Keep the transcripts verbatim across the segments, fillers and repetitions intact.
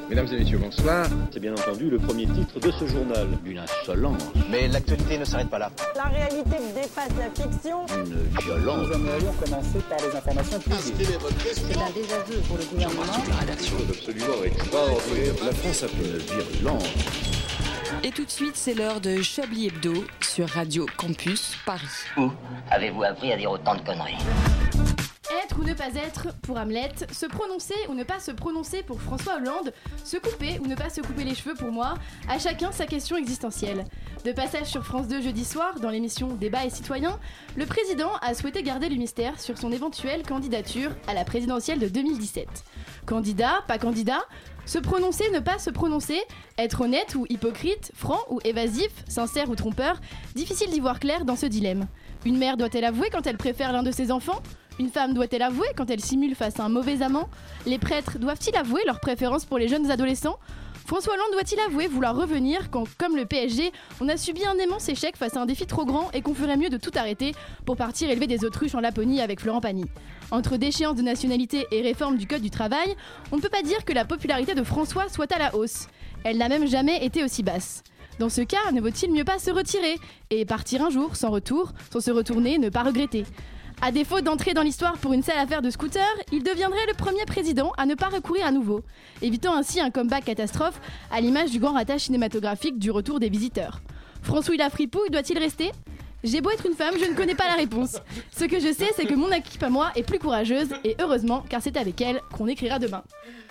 Mesdames et messieurs, bonsoir. C'est bien entendu le premier titre de ce journal. Une insolence. Mais l'actualité ne s'arrête pas là. La réalité dépasse la fiction. Une violence. Nous aimerions commencer par les informations privées. C'est un désaveu pour le gouvernement. J'embrasse la rédaction. Absolument extraordinaire. La France a fait une virulence. Et tout de suite, c'est l'heure de Chablis Hebdo sur Radio Campus Paris. Où avez-vous appris à dire autant de conneries ? Être ou ne pas être pour Hamlet, se prononcer ou ne pas se prononcer pour François Hollande, se couper ou ne pas se couper les cheveux pour moi, à chacun sa question existentielle. De passage sur France deux jeudi soir, dans l'émission Débat et Citoyens, le président a souhaité garder le mystère sur son éventuelle candidature à la présidentielle de deux mille dix-sept. Candidat, pas candidat, se prononcer, ne pas se prononcer, être honnête ou hypocrite, franc ou évasif, sincère ou trompeur, difficile d'y voir clair dans ce dilemme. Une mère doit-elle avouer quand elle préfère l'un de ses enfants ? Une femme doit-elle avouer quand elle simule face à un mauvais amant ? Les prêtres doivent-ils avouer leur préférence pour les jeunes adolescents ? François Hollande doit-il avouer vouloir revenir quand, comme le P S G, on a subi un immense échec face à un défi trop grand et qu'on ferait mieux de tout arrêter pour partir élever des autruches en Laponie avec Florent Pagny ? Entre déchéance de nationalité et réforme du code du travail, on ne peut pas dire que la popularité de François soit à la hausse. Elle n'a même jamais été aussi basse. Dans ce cas, ne vaut-il mieux pas se retirer et partir un jour sans retour, sans se retourner, ne pas regretter ? À défaut d'entrer dans l'histoire pour une sale affaire de scooter, il deviendrait le premier président à ne pas recourir à nouveau, évitant ainsi un comeback catastrophe à l'image du grand ratage cinématographique du retour des visiteurs. François la fripouille doit-il rester ? J'ai beau être une femme, je ne connais pas la réponse. Ce que je sais, c'est que mon équipe à moi est plus courageuse, et heureusement, car c'est avec elle qu'on écrira demain.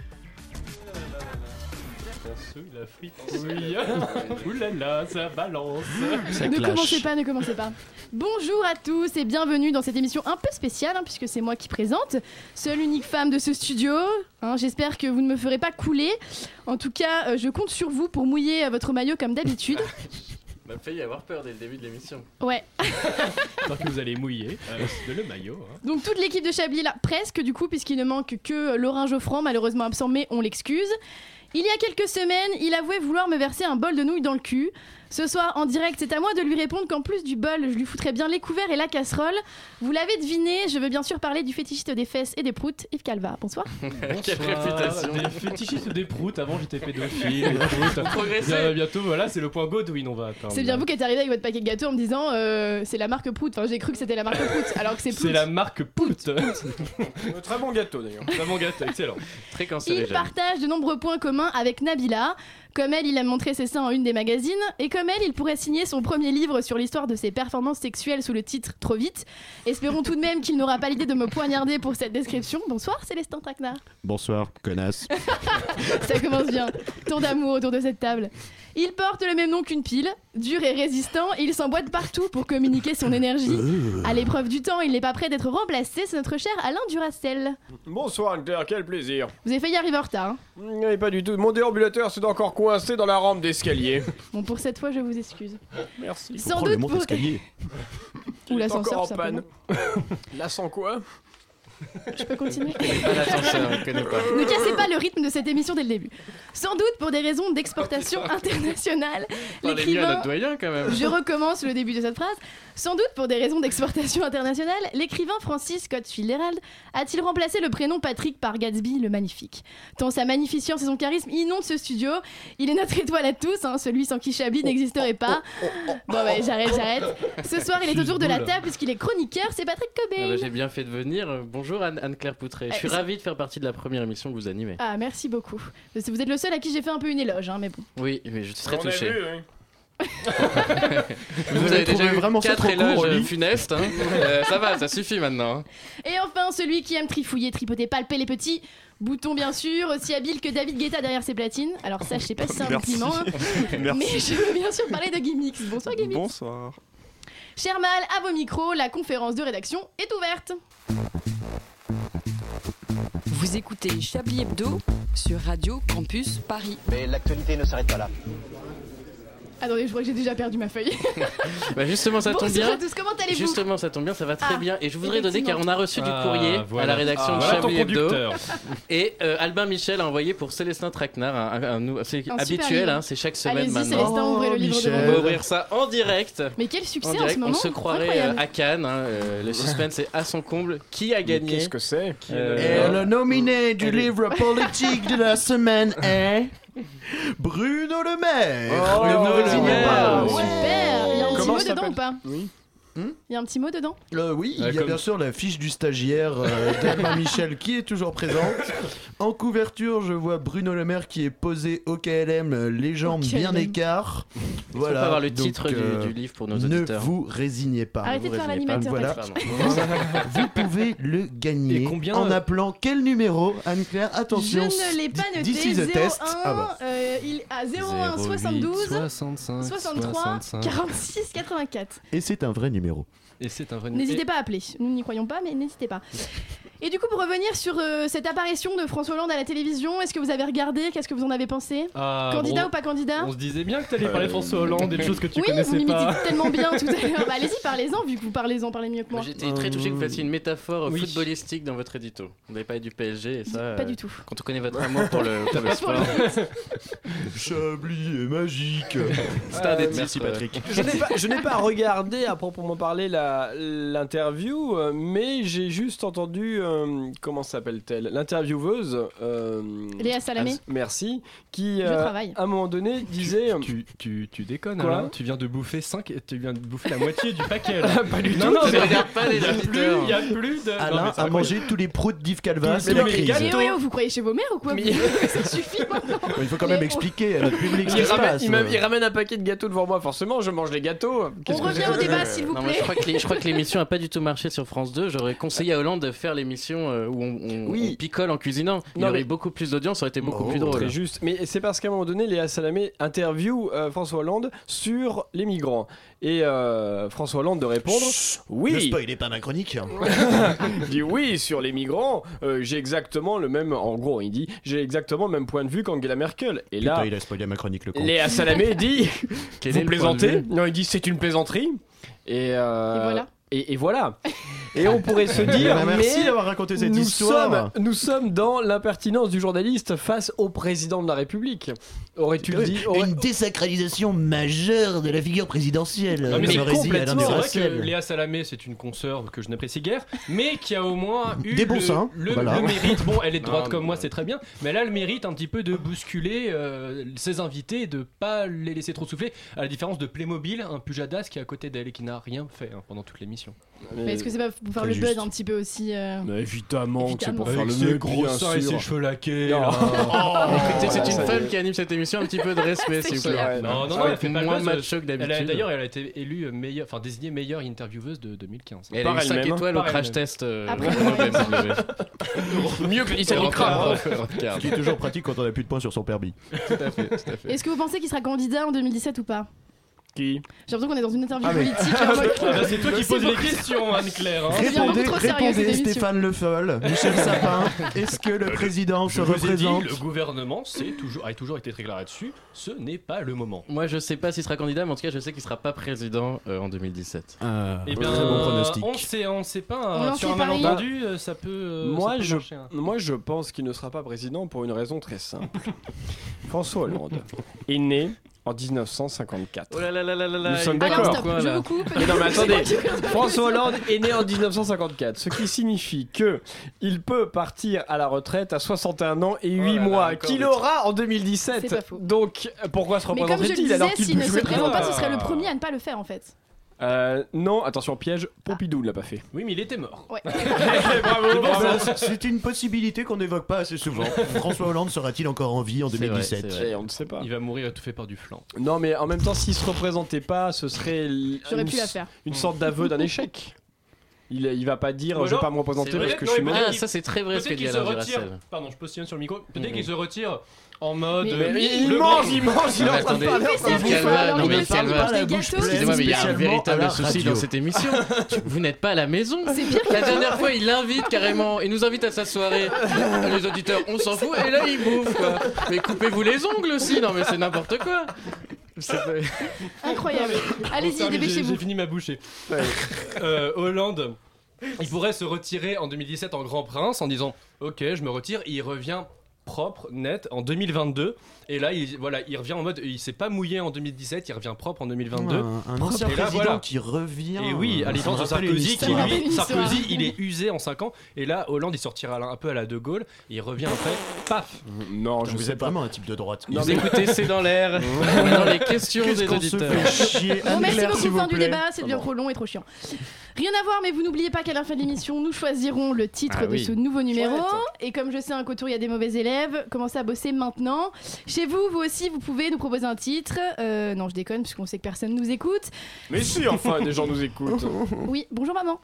La fripouille. Oulala, ça balance. Ça ne commencez pas, ne commencez pas. Bonjour à tous et bienvenue dans cette émission un peu spéciale, hein, puisque c'est moi qui présente. Seule unique femme de ce studio. Hein, j'espère que vous ne me ferez pas couler. En tout cas, euh, je compte sur vous pour mouiller euh, votre maillot comme d'habitude. On a failli avoir peur dès le début de l'émission. Ouais. Tant que vous allez mouiller euh, le maillot. Hein. Donc toute l'équipe de Chablis là, presque du coup, puisqu'il ne manque que Laurent Geoffrand, malheureusement absent, mais on l'excuse. Il y a quelques semaines, il avouait vouloir me verser un bol de nouilles dans le cul. Ce soir, en direct, c'est à moi de lui répondre qu'en plus du bol, je lui foutrais bien les couverts et la casserole. Vous l'avez deviné, je veux bien sûr parler du fétichiste des fesses et des proutes, Yves Calva. Bonsoir. Quelle réputation. Des fétichistes des proutes, avant j'étais pédophile. Bien, bientôt, voilà, c'est le point Godwin, on va atteindre. C'est bien vous qui êtes arrivé avec votre paquet de gâteaux en me disant euh, c'est la marque Prout. Enfin, j'ai cru que c'était la marque Prout, alors que c'est Prout. C'est la marque Prout. Très bon gâteau d'ailleurs. Très bon gâteau, excellent. Très cancérigène. Il partage de nombreux points communs avec Nabila. Comme elle, il aime montrer ses seins en une des magazines. Et comme elle, il pourrait signer son premier livre sur l'histoire de ses performances sexuelles sous le titre Trop vite. Espérons tout de même qu'il n'aura pas l'idée de me poignarder pour cette description. Bonsoir Célestin Traquenard. Bonsoir, connasse. Ça commence bien. Tour d'amour autour de cette table. Il porte le même nom qu'une pile, dur et résistant, et il s'emboîte partout pour communiquer son énergie. À l'épreuve du temps, il n'est pas prêt d'être remplacé, c'est notre cher Alain Duracell. Bonsoir Claire, quel plaisir. Vous avez failli arriver en retard. Hein. Oui, pas du tout. Mon déambulateur s'est encore coincé dans la rampe d'escalier. Bon, pour cette fois, je vous excuse. Merci. Sans doute pour... Ou l'ascenseur, en panne. Là, sans quoi ? Je peux continuer ? L'ascenseur, je connais pas. Ne cassez pas le rythme de cette émission dès le début. Sans doute pour des raisons d'exportation internationale. L'écrivain... notre doyen, quand même. Je recommence le début de cette phrase. Sans doute pour des raisons d'exportation internationale, l'écrivain Francis Scott Fitzgerald a-t-il remplacé le prénom Patrick par Gatsby le Magnifique. Tant sa magnificence et son charisme inondent ce studio. Il est notre étoile à tous, hein, celui sans qui Chablis n'existerait pas. Bon ouais, j'arrête, j'arrête. Ce soir, il est autour de la table puisqu'il est chroniqueur, c'est Patrick Cobain. Ah bah, j'ai bien fait de venir. Bonjour Anne- Anne-Claire Poutré. Je suis euh, ravi de faire partie de la première émission que vous animez. Ah, merci beaucoup. Vous êtes le seul à qui j'ai fait un peu une éloge, hein, mais bon. Oui, mais je serais On touché. a vu, oui. Vous, vous avez déjà eu vraiment quatre éloges funestes, hein. euh, ça va, ça suffit maintenant. Et enfin, celui qui aime trifouiller, tripoter, palper les petits boutons, bien sûr, aussi habile que David Guetta derrière ses platines. Alors ça, je sais pas si c'est un compliment, hein. Mais je veux bien sûr parler de Gimmicks. Bonsoir Gimmicks. Bonsoir. Cher Mal, à vos micros, la conférence de rédaction est ouverte. Vous écoutez Chablis Hebdo sur Radio Campus Paris. Mais l'actualité ne s'arrête pas là. Attendez, je crois que j'ai déjà perdu ma feuille. Bah justement, ça tombe Bonsoir bien. à tous, comment allez-vous ? Justement, ça tombe bien, ça va très Ah, bien. Et je voudrais donner, effectivement. car on a reçu du Ah, courrier voilà. à la rédaction Ah, de voilà ton Chablis Hebdo. conducteur. Et euh, Albin Michel a envoyé pour Célestin Traquenard, un, un, un- c'est Un super habituel, livre. hein, c'est chaque semaine Allez-y, maintenant. Célestin, ouvrez le livre On devant va vous. ouvrir ça en direct. Mais quel succès En en, direct, ce moment. on se croirait Incroyable. euh, à Cannes. hein, euh, le suspense est à son comble. Qui a gagné ? Qu'est-ce que c'est Euh, Et le nominé du livre politique de la semaine est Bruno Le Maire. Oh, Bruno Le Le Maire. Maire. Super. Il y a un petit Comment mot ça dedans s'appelle ou pas ? Oui. Il y a un petit mot dedans ? Euh, oui, il Euh, y a comme- bien sûr la fiche du stagiaire euh, d'Albin Michel qui est toujours présente. En couverture, je vois Bruno Le Maire qui est posé au K L M, euh, les jambes Au K L M. bien écart. On Voilà. peut avoir le donc, titre du- euh, du, livre pour nos Ne auditeurs. vous résignez pas. Arrêtez de faire résignez pas. l'animateur. Voilà. Patrick. Vous pouvez le gagner Et combien, en euh, appelant quel numéro, Anne-Claire? Je Attention. ne l'ai pas noté. This is a zéro test. un, Ah bah. euh, il a zéro un soixante-douze soixante-cinq, soixante-trois soixante-cinq. quarante-six quatre-vingt-quatre. Et c'est un vrai numéro. Et c'est un vrai N'hésitez pas à appeler. Nous n'y croyons pas, mais n'hésitez pas. Et du coup, pour revenir sur euh, cette apparition de François Hollande à la télévision, est-ce que vous avez regardé ? Qu'est-ce que vous en avez pensé ? Ah, Candidat bon, ou pas candidat ? On se disait bien que t'allais parler de François Hollande et de choses que tu Oui, vous connaissais m'imitez pas. tellement bien tout à l'heure. Bah, allez-y, parlez-en, vu que vous parlez-en, parlez mieux que moi. Moi, J'étais très touché que vous fassiez une métaphore Oui. footballistique dans votre édito. Vous n'avez pas eu du P S G et ça. Pas euh, du tout. Quand on connaît votre amour pour le, pour le Pour sport. le- Chablis est magique. C'est un des Merci titres, Patrick. Je n'ai pas, je n'ai pas regardé à proprement parler la- l'interview, euh, mais j'ai juste entendu, euh, comment s'appelle-t-elle ? L'intervieweuse. euh, Léa Salamé. ah, Merci. Qui, Je euh, travaille. à un moment donné, disait. Tu, tu, tu déconnes, Quoi Alain. Tu viens de bouffer cinq, tu viens de bouffer la moitié du paquet. Là. Pas du non, tout. non, Ça mais ne regarde pas les il y a plus, auditeurs. il y a plus de. Non, Alain mais c'est a incroyable. mangé tous les proutes d'Yves Calva, c'est Mais la les crise. gars- Mais oh, oh, vous croyez chez vos mères ou quoi Mais- Ça suffit maintenant. Il faut quand même Mais- expliquer à notre public ce qui Il se ramène, passe. il, m'a- il ramène un paquet de gâteaux devant moi, forcément, je mange les gâteaux. On Qu'est-ce que revient c'est au débat, s'il vous Non, moi, plaît. je crois que les- je crois que l'émission a pas du tout marché sur France deux. J'aurais conseillé à Hollande de faire l'émission euh, où on, on- Oui. on picole en cuisinant. Il Non, aurait mais- eu beaucoup plus d'audience, ça aurait été beaucoup Oh, plus drôle. Très juste. Mais c'est parce qu'à un moment donné, Léa Salamé interview euh, François Hollande sur les migrants. Et euh, François Hollande de répondre Ne oui. spoilez pas ma chronique. Il dit oui sur les migrants. euh, j'ai exactement le même. En gros, il dit j'ai exactement le même point de vue qu'Angela Merkel. Et là, Putain, il a spoilé ma chronique, le con. Léa Salamé dit Quel est vous le point de plaisantez vue Non, il dit c'est une plaisanterie. Et, euh, Et voilà. Et, et voilà. Et on pourrait se Eh dire, ben, merci mais d'avoir raconté cette nous histoire. sommes, nous sommes dans l'impertinence du journaliste face au président de la République. Aurais-tu le dit aurais- Une désacralisation majeure de la figure présidentielle. Non, mais Je c'est me résigne à l'un complètement des c'est vrai Racel. que Léa Salamé c'est une consoeur que je n'apprécie guère, mais qui a au moins eu Des bons le, seins, le, voilà. le mérite. Bon, elle est de droite Non, comme mais- moi, c'est très bien, mais elle a le mérite un petit peu de bousculer euh, ses invités, et de pas les laisser trop souffler. À la différence de Playmobil, un Pujadas qui est à côté d'elle et qui n'a rien fait hein, pendant toute l'émission. Mais est-ce que c'est pas pour faire Très le buzz juste. un petit peu aussi euh, Mais évidemment, que c'est pour Évidemment. faire le mieux, bien sûr. cheveux laqués. Non. là. Écoutez, c'est ouais, une ça y femme est. qui anime cette émission, un petit peu de respect, s'il vous plaît. clair. Non, non, non, Avec elle fait pas le moins buzz. macho que Elle a- d'habitude. D'ailleurs, elle a été élue meilleure, enfin désignée meilleure intervieweuse de deux mille quinze. Elle a eu Par cinq elle-même. étoiles au Par crash elle-même. test. euh, Après, au ouais. B M W. Mieux que Lisa Micra. Ce qui est toujours pratique quand on a plus de points sur son permis. Tout à fait, tout à fait. Est-ce que vous pensez qu'il sera candidat en deux mille dix-sept ou pas ? Qui J'ai l'impression qu'on est dans une interview Ah, mais- politique. en mode- Ah bah, c'est toi qui C'est poses les beaucoup- questions, Anne-Claire. hein. Ça devient Répondez, beaucoup trop sérieux, répondez cette émission. Stéphane Le Foll, Michel Sapin. Est-ce que le président Je se vous ai dit, représente le gouvernement c'est toujours, a toujours été très clair là-dessus. Ce n'est pas le moment. Moi, je sais pas s'il sera candidat, mais en tout cas, je sais qu'il sera pas président euh, en deux mille dix-sept. Ah, Eh très bien, bon pronostic. on sait, on sait pas. On hein, lance sur les un paris. malentendu, euh, ça peut. euh, Moi, ça peut je, marcher, hein. moi, je pense qu'il ne sera pas président pour une raison très simple. François Hollande est né en dix-neuf cent cinquante-quatre. Oh là là là là là là. Nous sommes Alors d'accord. stop, Quoi, je là vous coupe. Mais non, mais C'est attendez. moi qui vais- François Hollande est né en dix-neuf cent cinquante-quatre, ce qui signifie que il peut partir à la retraite à soixante et un ans et huit là là, mois, encore qu'il des- aura en deux mille C'est dix-sept. pas faux. Donc, pourquoi se Mais comme je le représenterait-il alors disais, qu'il s'il peut ne se jouer présente pas, ce Ah. serait le premier à ne pas le faire en fait. Euh, non, attention, piège, Pompidou ne l'a pas fait. Oui, mais il était mort. Ouais. Bravo, Bah, bravo. c'est- C'est une possibilité qu'on n'évoque pas assez souvent. François Hollande sera-t-il encore en vie en C'est deux mille vrai, dix-sept? c'est vrai. Et on ne sait pas. Il va mourir étouffé par du flanc. Non, mais en même temps, s'il se représentait pas, ce serait l- J'aurais une, pu la faire. une sorte d'aveu d'un échec. Il, il va pas dire Ou je vais alors, pas me représenter c'est parce vrai, que non, je suis mais mort. Ah, ça, c'est très vrai ce que Peut-être dit qu'il se Alain retire. Duracell. Pardon, je positionne sur le micro. Peut-être Mhm. qu'il se retire en mode. Mais- euh, Mais il, le mange, grand- il mange, il est Non, en mais train de attendez. parler. Mais c'est Yves un Calva, bouffon, alors non, il mais veut Yves faire, il Calva, mange des la bouche gâteaux. pleine. Excusez-moi, mais il y a un Spécialement véritable à la souci radio. dans cette émission. Tu- Vous n'êtes pas à la maison. C'est pire que La dernière fois, il l'invite carrément. Il nous invite à sa soirée. Les auditeurs, on s'en fout. Et là, il bouffe, quoi. Mais coupez-vous les ongles aussi. Non, mais c'est n'importe quoi. Incroyable. Allez-y, Bon, dépêchez-vous. J'ai, j'ai fini ma bouchée. Ouais. Euh, Hollande, il pourrait se retirer en deux mille dix-sept en Grand Prince en disant ok, je me retire. Il revient propre, net en deux mille vingt-deux. Et là, il, voilà, il revient en mode, il s'est pas mouillé en deux mille dix-sept, il revient propre en deux mille vingt-deux. Un, un ancien Et là, président voilà. qui revient. Et oui, à l'image de Ça me rappelle une Sarkozy, qui histoire. lui, Sarkozy, il est usé en cinq ans. Et là, Hollande, il sortira un peu à la De Gaulle. Et il revient après, paf. Non, je Vous sais êtes pas. vraiment un type de droite. Vous écoutez, c'est dans l'air. Maintenant, les questions Qu'est-ce des qu'on se auditeurs. fait chier. Bon, merci Anne-Claire, beaucoup, s'il vous fin du plaît. débat, c'est bien trop long et trop chiant. Rien à voir, mais vous n'oubliez pas qu'à la fin de l'émission, nous choisirons le titre Ah de oui. ce nouveau numéro. Chouette. Et comme je sais un qu'autour il y a des mauvais élèves, commencez à bosser maintenant. Chez vous, vous aussi, vous pouvez nous proposer un titre. Euh, non, je déconne, puisqu'on sait que personne nous écoute. Mais si, enfin, des gens nous écoutent. Oui, bonjour maman.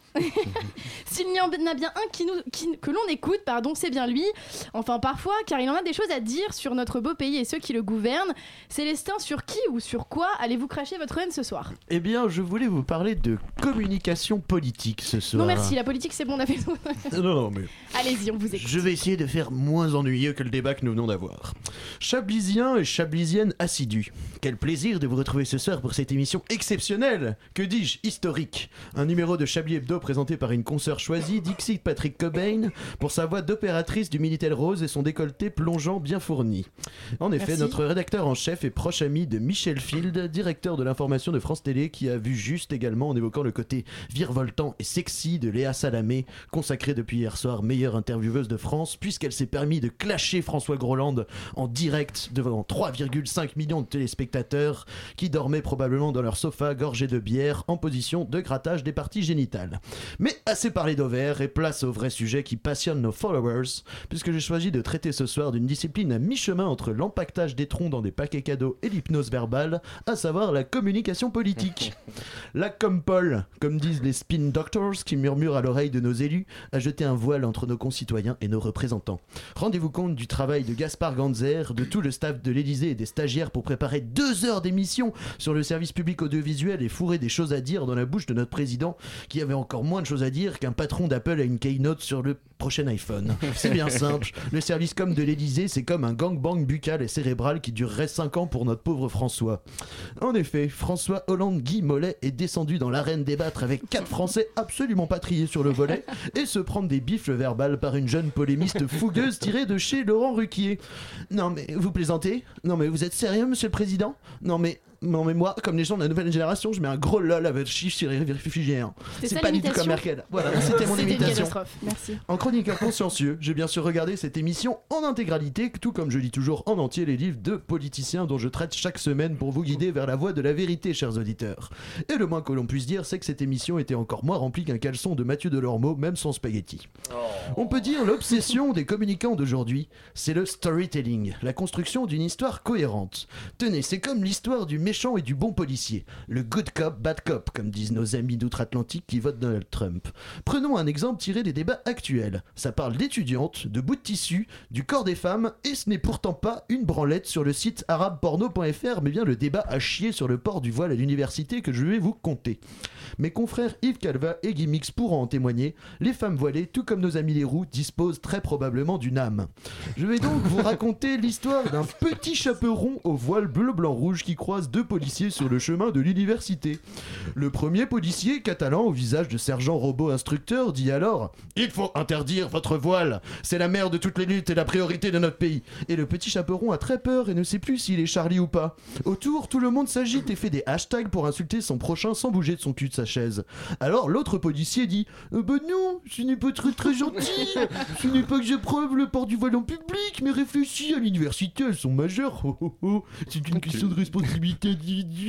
S'il n'y en a bien un qui nous, qui- que l'on écoute, pardon, c'est bien lui. Enfin, parfois, car il en a des choses à dire sur notre beau pays et ceux qui le gouvernent. Célestin, sur qui ou sur quoi allez-vous cracher votre haine ce soir? Eh bien, je voulais vous parler de communication politique ce soir. Non, merci, la politique, c'est bon, on a fait tout. Non, non, mais Allez-y, on vous écoute. je vais essayer de faire moins ennuyeux que le débat que nous venons d'avoir. Chablisiens et chablisiennes assidus, quel plaisir de vous retrouver ce soir pour cette émission exceptionnelle, que dis-je, historique. Un numéro de Chablis Hebdo présenté par une consoeur choisie, Dixie Patrick Cobain, pour sa voix d'opératrice du Minitel Rose et son décolleté plongeant bien fourni. En effet, Merci. notre rédacteur en chef est proche ami de Michel Field, directeur de l'information de France Télé, qui a vu juste également en évoquant le côté virevoltant et sexy de Léa Salamé, consacrée depuis hier soir meilleure intervieweuse de France, puisqu'elle s'est permis de clasher François Groland en direct devant trois virgule cinq millions de téléspectateurs qui dormaient probablement dans leur sofa gorgés de bière en position de grattage des parties génitales. Mais assez parlé d'ovaires et place au vrai sujet qui passionne nos followers, puisque j'ai choisi de traiter ce soir d'une discipline à mi-chemin entre l'empaquetage des troncs dans des paquets cadeaux et l'hypnose verbale, à savoir la communication politique. La Compol, comme disent les spin doctors qui murmurent à l'oreille de nos élus, a jeté un voile entre nos concitoyens et nos représentants. Rendez-vous compte du travail de Gaspard Ganzer, de tout le staff de l'Élysée et des stagiaires pour préparer deux heures d'émission sur le service public audiovisuel et fourrer des choses à dire dans la bouche de notre président, qui avait encore moins de choses à dire qu'un patron d'Apple à une keynote sur le prochain iPhone. C'est bien simple, le service com de l'Élysée, c'est comme un gangbang buccal et cérébral qui durerait cinq ans pour notre pauvre François. En effet, François Hollande-Guy Mollet est descendu dans l'arène débattre avec quatre Français absolument pas triés sur le volet et se prendre des bifles verbales par une jeune polémiste fougueuse tirée de chez Laurent Ruquier. Non mais vous plaisantez? Non mais vous êtes sérieux, monsieur le président? Non mais Non mais moi, comme les gens de la nouvelle génération, je mets un gros lol à votre chiffre sur les réfugiés. Hein. C'est C'est ça pas du tout l'imitation comme Merkel. Voilà, c'était mon C'était une imitation. catastrophe, merci. En chroniqueur consciencieux, j'ai bien sûr regardé cette émission en intégralité, tout comme je lis toujours en entier les livres de politiciens dont je traite chaque semaine pour vous guider vers la voie de la vérité, chers auditeurs. Et le moins que l'on puisse dire, c'est que cette émission était encore moins remplie qu'un caleçon de Mathieu Delormeau, même sans spaghetti. On peut dire l'obsession des communicants d'aujourd'hui, c'est le storytelling, la construction d'une histoire cohérente. Tenez, c'est comme l'histoire du méchant et du bon policier, le good cop, bad cop, comme disent nos amis d'outre-Atlantique qui votent Donald Trump. Prenons un exemple tiré des débats actuels. Ça parle d'étudiantes, de bouts de tissu, du corps des femmes, et ce n'est pourtant pas une branlette sur le site arabe porno point f r, mais bien le débat à chier sur le port du voile à l'université que je vais vous conter. Mes confrères Yves Calva et Guy Mix pourront en témoigner, les femmes voilées, tout comme nos amis les roux, disposent très probablement d'une âme. Je vais donc vous raconter l'histoire d'un petit chaperon au voile bleu-blanc-rouge qui croise deux policiers sur le chemin de l'université. Le premier policier, catalan au visage de sergent robot instructeur, dit alors « Il faut interdire votre voile, c'est la mère de toutes les luttes et la priorité de notre pays ». Et le petit chaperon a très peur et ne sait plus s'il est Charlie ou pas. Autour, tout le monde s'agite et fait des hashtags pour insulter son prochain sans bouger de son cul de sa chaise. Alors l'autre policier dit euh, « Bah non, ce n'est pas très très gentil, ce n'est pas que j'approve le port du voile en public, mais réfléchis, à l'université elles sont majeures, oh, oh, oh. C'est une question de responsabilité individuelle ».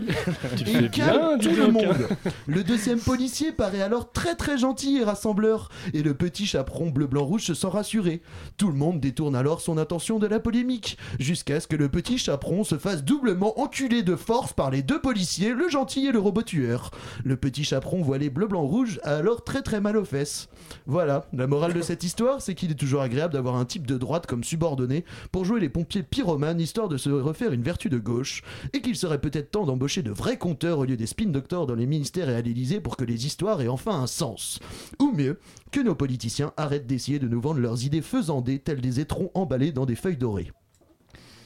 Tu Et fais calme bien, tout dis le donc. monde. Le deuxième policier paraît alors très très gentil et rassembleur, et le petit chaperon bleu-blanc-rouge se sent rassuré. Tout le monde détourne alors son attention de la polémique, jusqu'à ce que le petit chaperon se fasse doublement enculer de force par les deux policiers, le gentil et le robot tueur. Le petit chaperon voilé bleu-blanc-rouge a alors très très mal aux fesses. Voilà, la morale de cette histoire, c'est qu'il est toujours agréable d'avoir un type de droite comme subordonné pour jouer les pompiers pyromanes histoire de se refaire une vertu de gauche, et qu'il serait peut-être temps d'embaucher de vrais compteurs au lieu des spin doctors dans les ministères et à l'Élysée pour que les histoires aient enfin un sens. Ou mieux, que nos politiciens arrêtent d'essayer de nous vendre leurs idées faisandées telles des étrons emballés dans des feuilles dorées.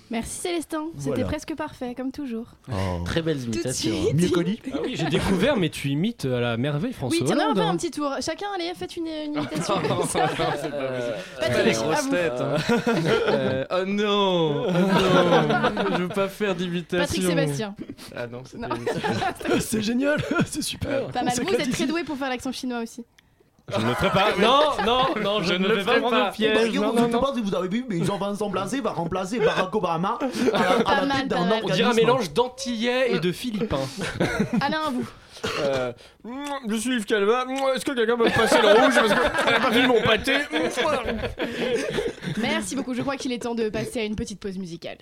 Merci Célestin, c'était Voilà. presque parfait, comme toujours. Oh. Très belles Tout de imitations. suite. Mieux connu. Ah oui, j'ai découvert, mais tu imites à la merveille François Oui, tiens, on va Hollande. faire hein. un petit tour. Chacun, allez, faites une, une imitation. Euh, Patrick, les à grosses vous. têtes. Hein. Euh, oh non, oh non, je veux pas faire d'imitation. Patrick Sébastien. Ah non, c'était. Non. C'est génial, c'est super. Pas mal. Vous, vous êtes très doué pour faire l'accent chinois aussi. Je ne le ferai pas. Non, non, non, je, Je ne ne le le ferai ferai pas. pas. Piège. Non, non, non. si vous avez vu, mais Jean-Vincent Blasé va remplacer Barack Obama à la, Pas mal, pas mal. On dirait un mélange d'antillais et de philippins. Alain, à vous. Euh, je suis Yves Calva. Est-ce que quelqu'un peut me passer le rouge parce qu'elle a pas fini mon pâté? Merci beaucoup. Je crois qu'il est temps de passer à une petite pause musicale.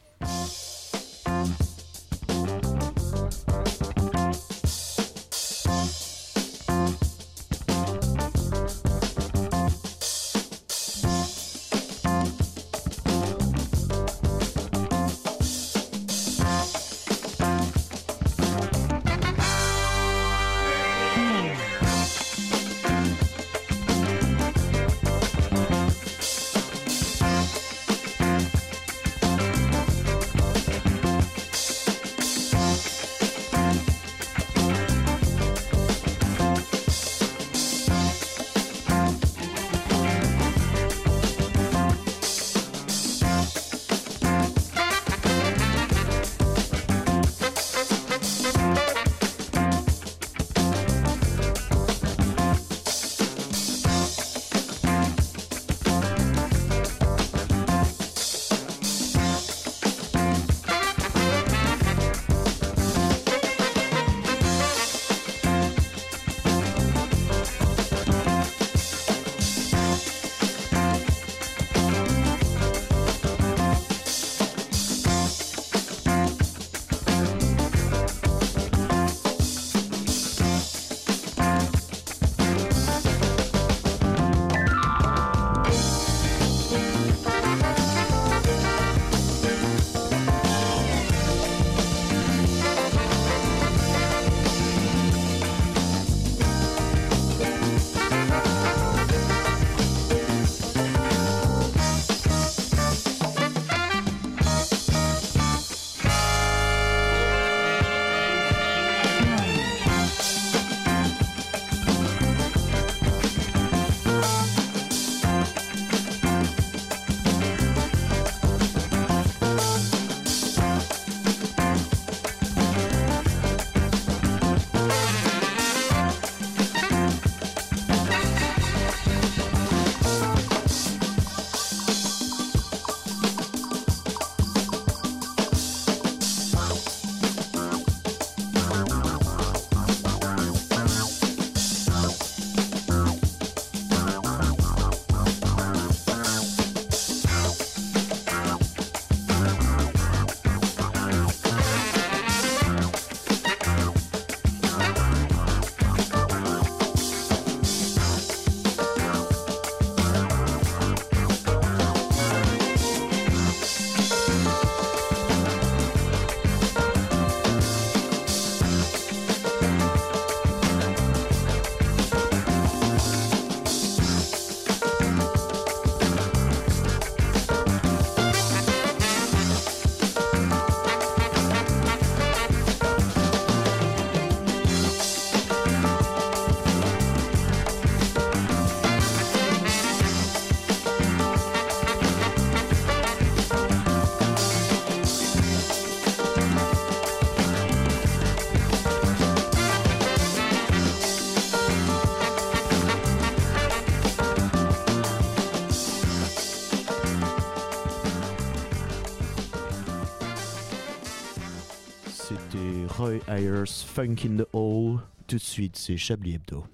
C'était Roy Ayers, Funk in the Hole. Tout de suite, c'est Chablis Hebdo.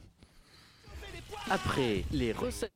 Après les recettes.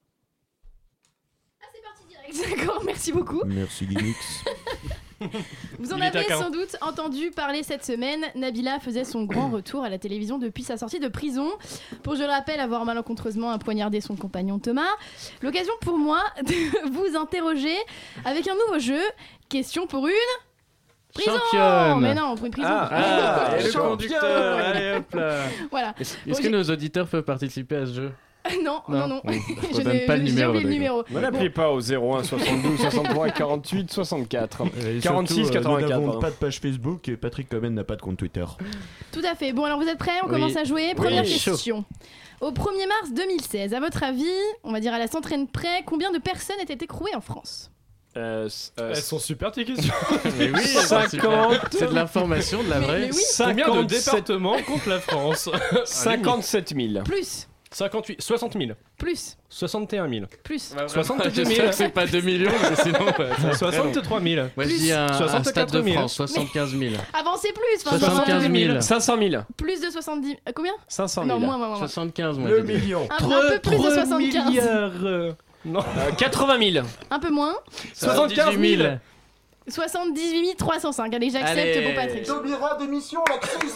Ah, c'est parti direct. D'accord, merci beaucoup. Merci Linux. Vous en Il est avez taquin. sans doute entendu parler cette semaine. Nabila faisait son grand retour à la télévision depuis sa sortie de prison pour, je le rappelle, avoir malencontreusement poignardé son compagnon Thomas. L'occasion pour moi de vous interroger avec un nouveau jeu. Question pour une... prison. Championne. Mais non, pour une prison. Ah, ah, et le Championne. conducteur. Allez hop là. Voilà. Est-ce Bon, est-ce que j'ai- nos auditeurs peuvent participer à ce jeu? Non, non, non. Oui. Je On donne n'ai- pas le j'ai numéro. oublié le d'accord. numéro. Ne l'appelez pas au zéro un soixante-douze soixante-trois quarante-huit soixante-quatre. Et quarante-six surtout, euh, quatre-vingt-quatre. Nous n'avons pardon. pas de page Facebook et Patrick Comen n'a pas de compte Twitter. Tout à fait. Bon, alors vous êtes prêts? On Oui. commence à jouer. Première Oui. question. Au premier mars deux mille seize, à votre avis, on va dire à la centaine près, combien de personnes étaient écrouées en France? Euh, s- euh, Elles sont super tes questions. Mais oui, cinquante. c'est de l'information, de la Mais- vraie. mais oui. Combien de cinquante-sept départements compte la France? cinquante-sept mille. Plus, cinquante-huit, soixante mille, plus, soixante et un mille, plus. soixante-deux J'espère mille, que c'est pas deux millions, parce que sinon. ouais, ça serait long. soixante-trois mille. Moi, je dis un, un soixante-quatre stade de mille. France, soixante-quinze mille. Avancez plus. enfin, soixante-quinze mille. cinq cent mille. Plus de soixante-dix. euh, combien? cinq cent Non, mille. moins, moins, moins. soixante-quinze, moi. Le j'ai dit. million. Un, un peu plus de soixante-quinze. milliards. euh, Non. Euh, quatre-vingt mille. Un peu moins. soixante-quinze mille. soixante-dix-huit mille trois cent cinq. Allez, j'accepte Allez. pour Patrick. Taubira d'émission, la Christ.